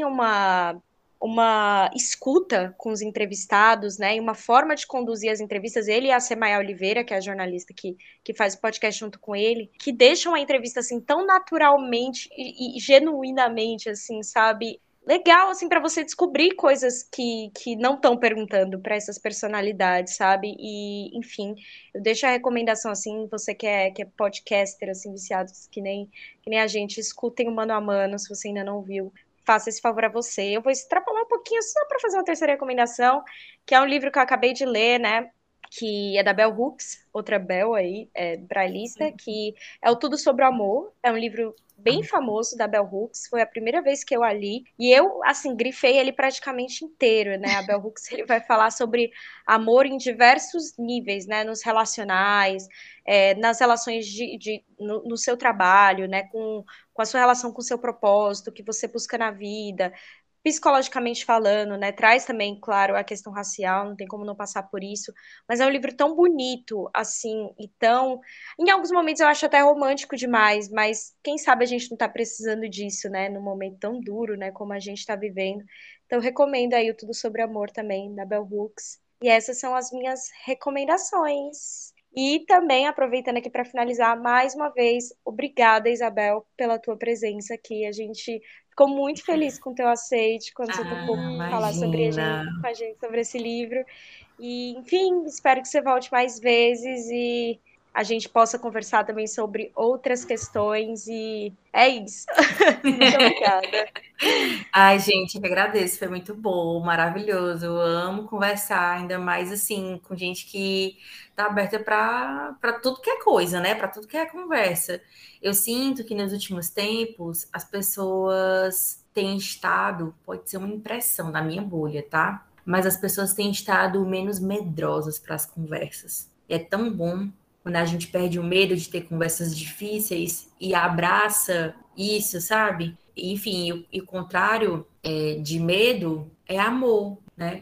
uma escuta com os entrevistados, né, e uma forma de conduzir as entrevistas, ele e a Semaia Oliveira, que é a jornalista que faz o podcast junto com ele, que deixam a entrevista, assim, tão naturalmente e genuinamente, assim, sabe, legal, assim, para você descobrir coisas que não estão perguntando para essas personalidades, sabe? E, enfim, eu deixo a recomendação, assim, você que é podcaster, assim, viciado, que nem a gente, escutem o Mano a Mano, se você ainda não viu. Faça esse favor a você. Eu vou extrapolar um pouquinho só para fazer uma terceira recomendação, que é um livro que eu acabei de ler, né? Que é da Bell Hooks, outra Bell aí, brailista, que é o Tudo Sobre o Amor. É um livro bem famoso da Bell Hooks, foi a primeira vez que eu a li, e eu, assim, grifei ele praticamente inteiro, né? A Bell Hooks, ele vai falar sobre amor em diversos níveis, né? Nos relacionais, nas relações no seu trabalho, né? Com a sua relação com o seu propósito, o que você busca na vida, psicologicamente falando, né? Traz também, claro, a questão racial, não tem como não passar por isso, mas é um livro tão bonito, assim, e tão... Em alguns momentos eu acho até romântico demais, mas quem sabe a gente não tá precisando disso, né? Num momento tão duro, né? Como a gente tá vivendo. Então, recomendo aí o Tudo Sobre Amor também, da Bell Hooks. E essas são as minhas recomendações. E também, aproveitando aqui para finalizar, mais uma vez, obrigada, Isabel, pela tua presença aqui. A gente ficou muito feliz com o teu aceite, quando você topou falar Imagina. com a gente sobre esse livro. E, enfim, espero que você volte mais vezes e a gente possa conversar também sobre outras questões. E é isso. Muito obrigada. Ai, gente, eu que agradeço, foi muito bom, maravilhoso. Eu amo conversar, ainda mais assim, com gente que tá aberta para tudo que é coisa, né? Para tudo que é conversa. Eu sinto que nos últimos tempos as pessoas têm estado, pode ser uma impressão da minha bolha, tá? Mas as pessoas têm estado menos medrosas para as conversas. E é tão bom quando a gente perde o medo de ter conversas difíceis e abraça isso, sabe? Enfim, e o contrário de medo é amor, né?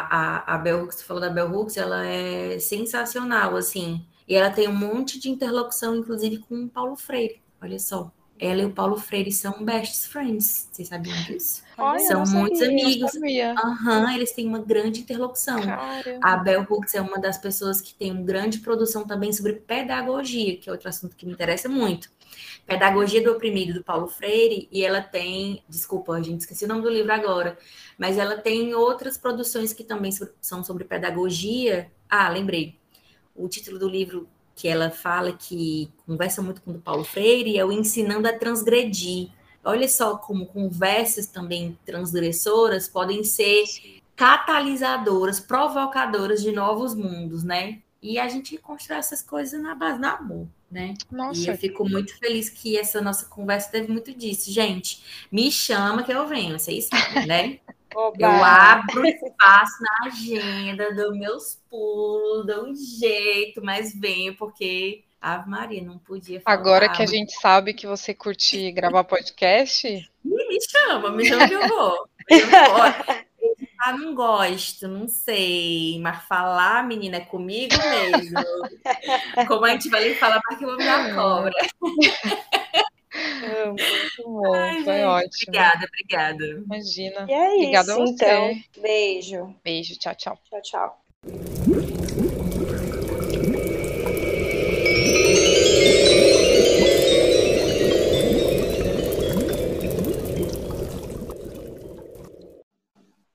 A Bell Hooks, você falou da Bell Hooks, ela é sensacional, assim. E ela tem um monte de interlocução, inclusive, com o Paulo Freire. Olha só. Ela e o Paulo Freire são best friends. Vocês sabiam disso? Olha, eu São não muitos sabia, não amigos. sabia. Eles têm uma grande interlocução. A Caramba. Bell Hooks é uma das pessoas que tem uma grande produção também sobre pedagogia, que é outro assunto que me interessa muito. Pedagogia do Oprimido, do Paulo Freire, e ela tem, desculpa, a gente esqueci o nome do livro agora, mas ela tem outras produções que também são sobre pedagogia. Ah, lembrei. O título do livro que ela fala, que conversa muito com o do Paulo Freire, é o Ensinando a Transgredir. Olha só como conversas também transgressoras podem ser catalisadoras, provocadoras de novos mundos, né? E a gente constrói essas coisas na base do amor, né? E eu Nossa, fico muito feliz que essa nossa conversa teve muito disso. Gente, me chama que eu venho, vocês sabem, né? Eu Oba! abro espaço na agenda, dou meus pulos, dou um jeito, mas venho porque Ave Maria, não podia agora que faltar. a gente sabe que você curte gravar podcast, Me chama que eu vou. Me chama que eu vou. Não gosto, não sei, mas falar, menina, é comigo mesmo. Como a gente vai lhe falar, para que eu vou me dar cobra. muito bom, Ai, foi gente, ótimo. obrigada. Imagina. E é Obrigada a isso, então. você. Beijo. Beijo, tchau, tchau. Tchau, tchau.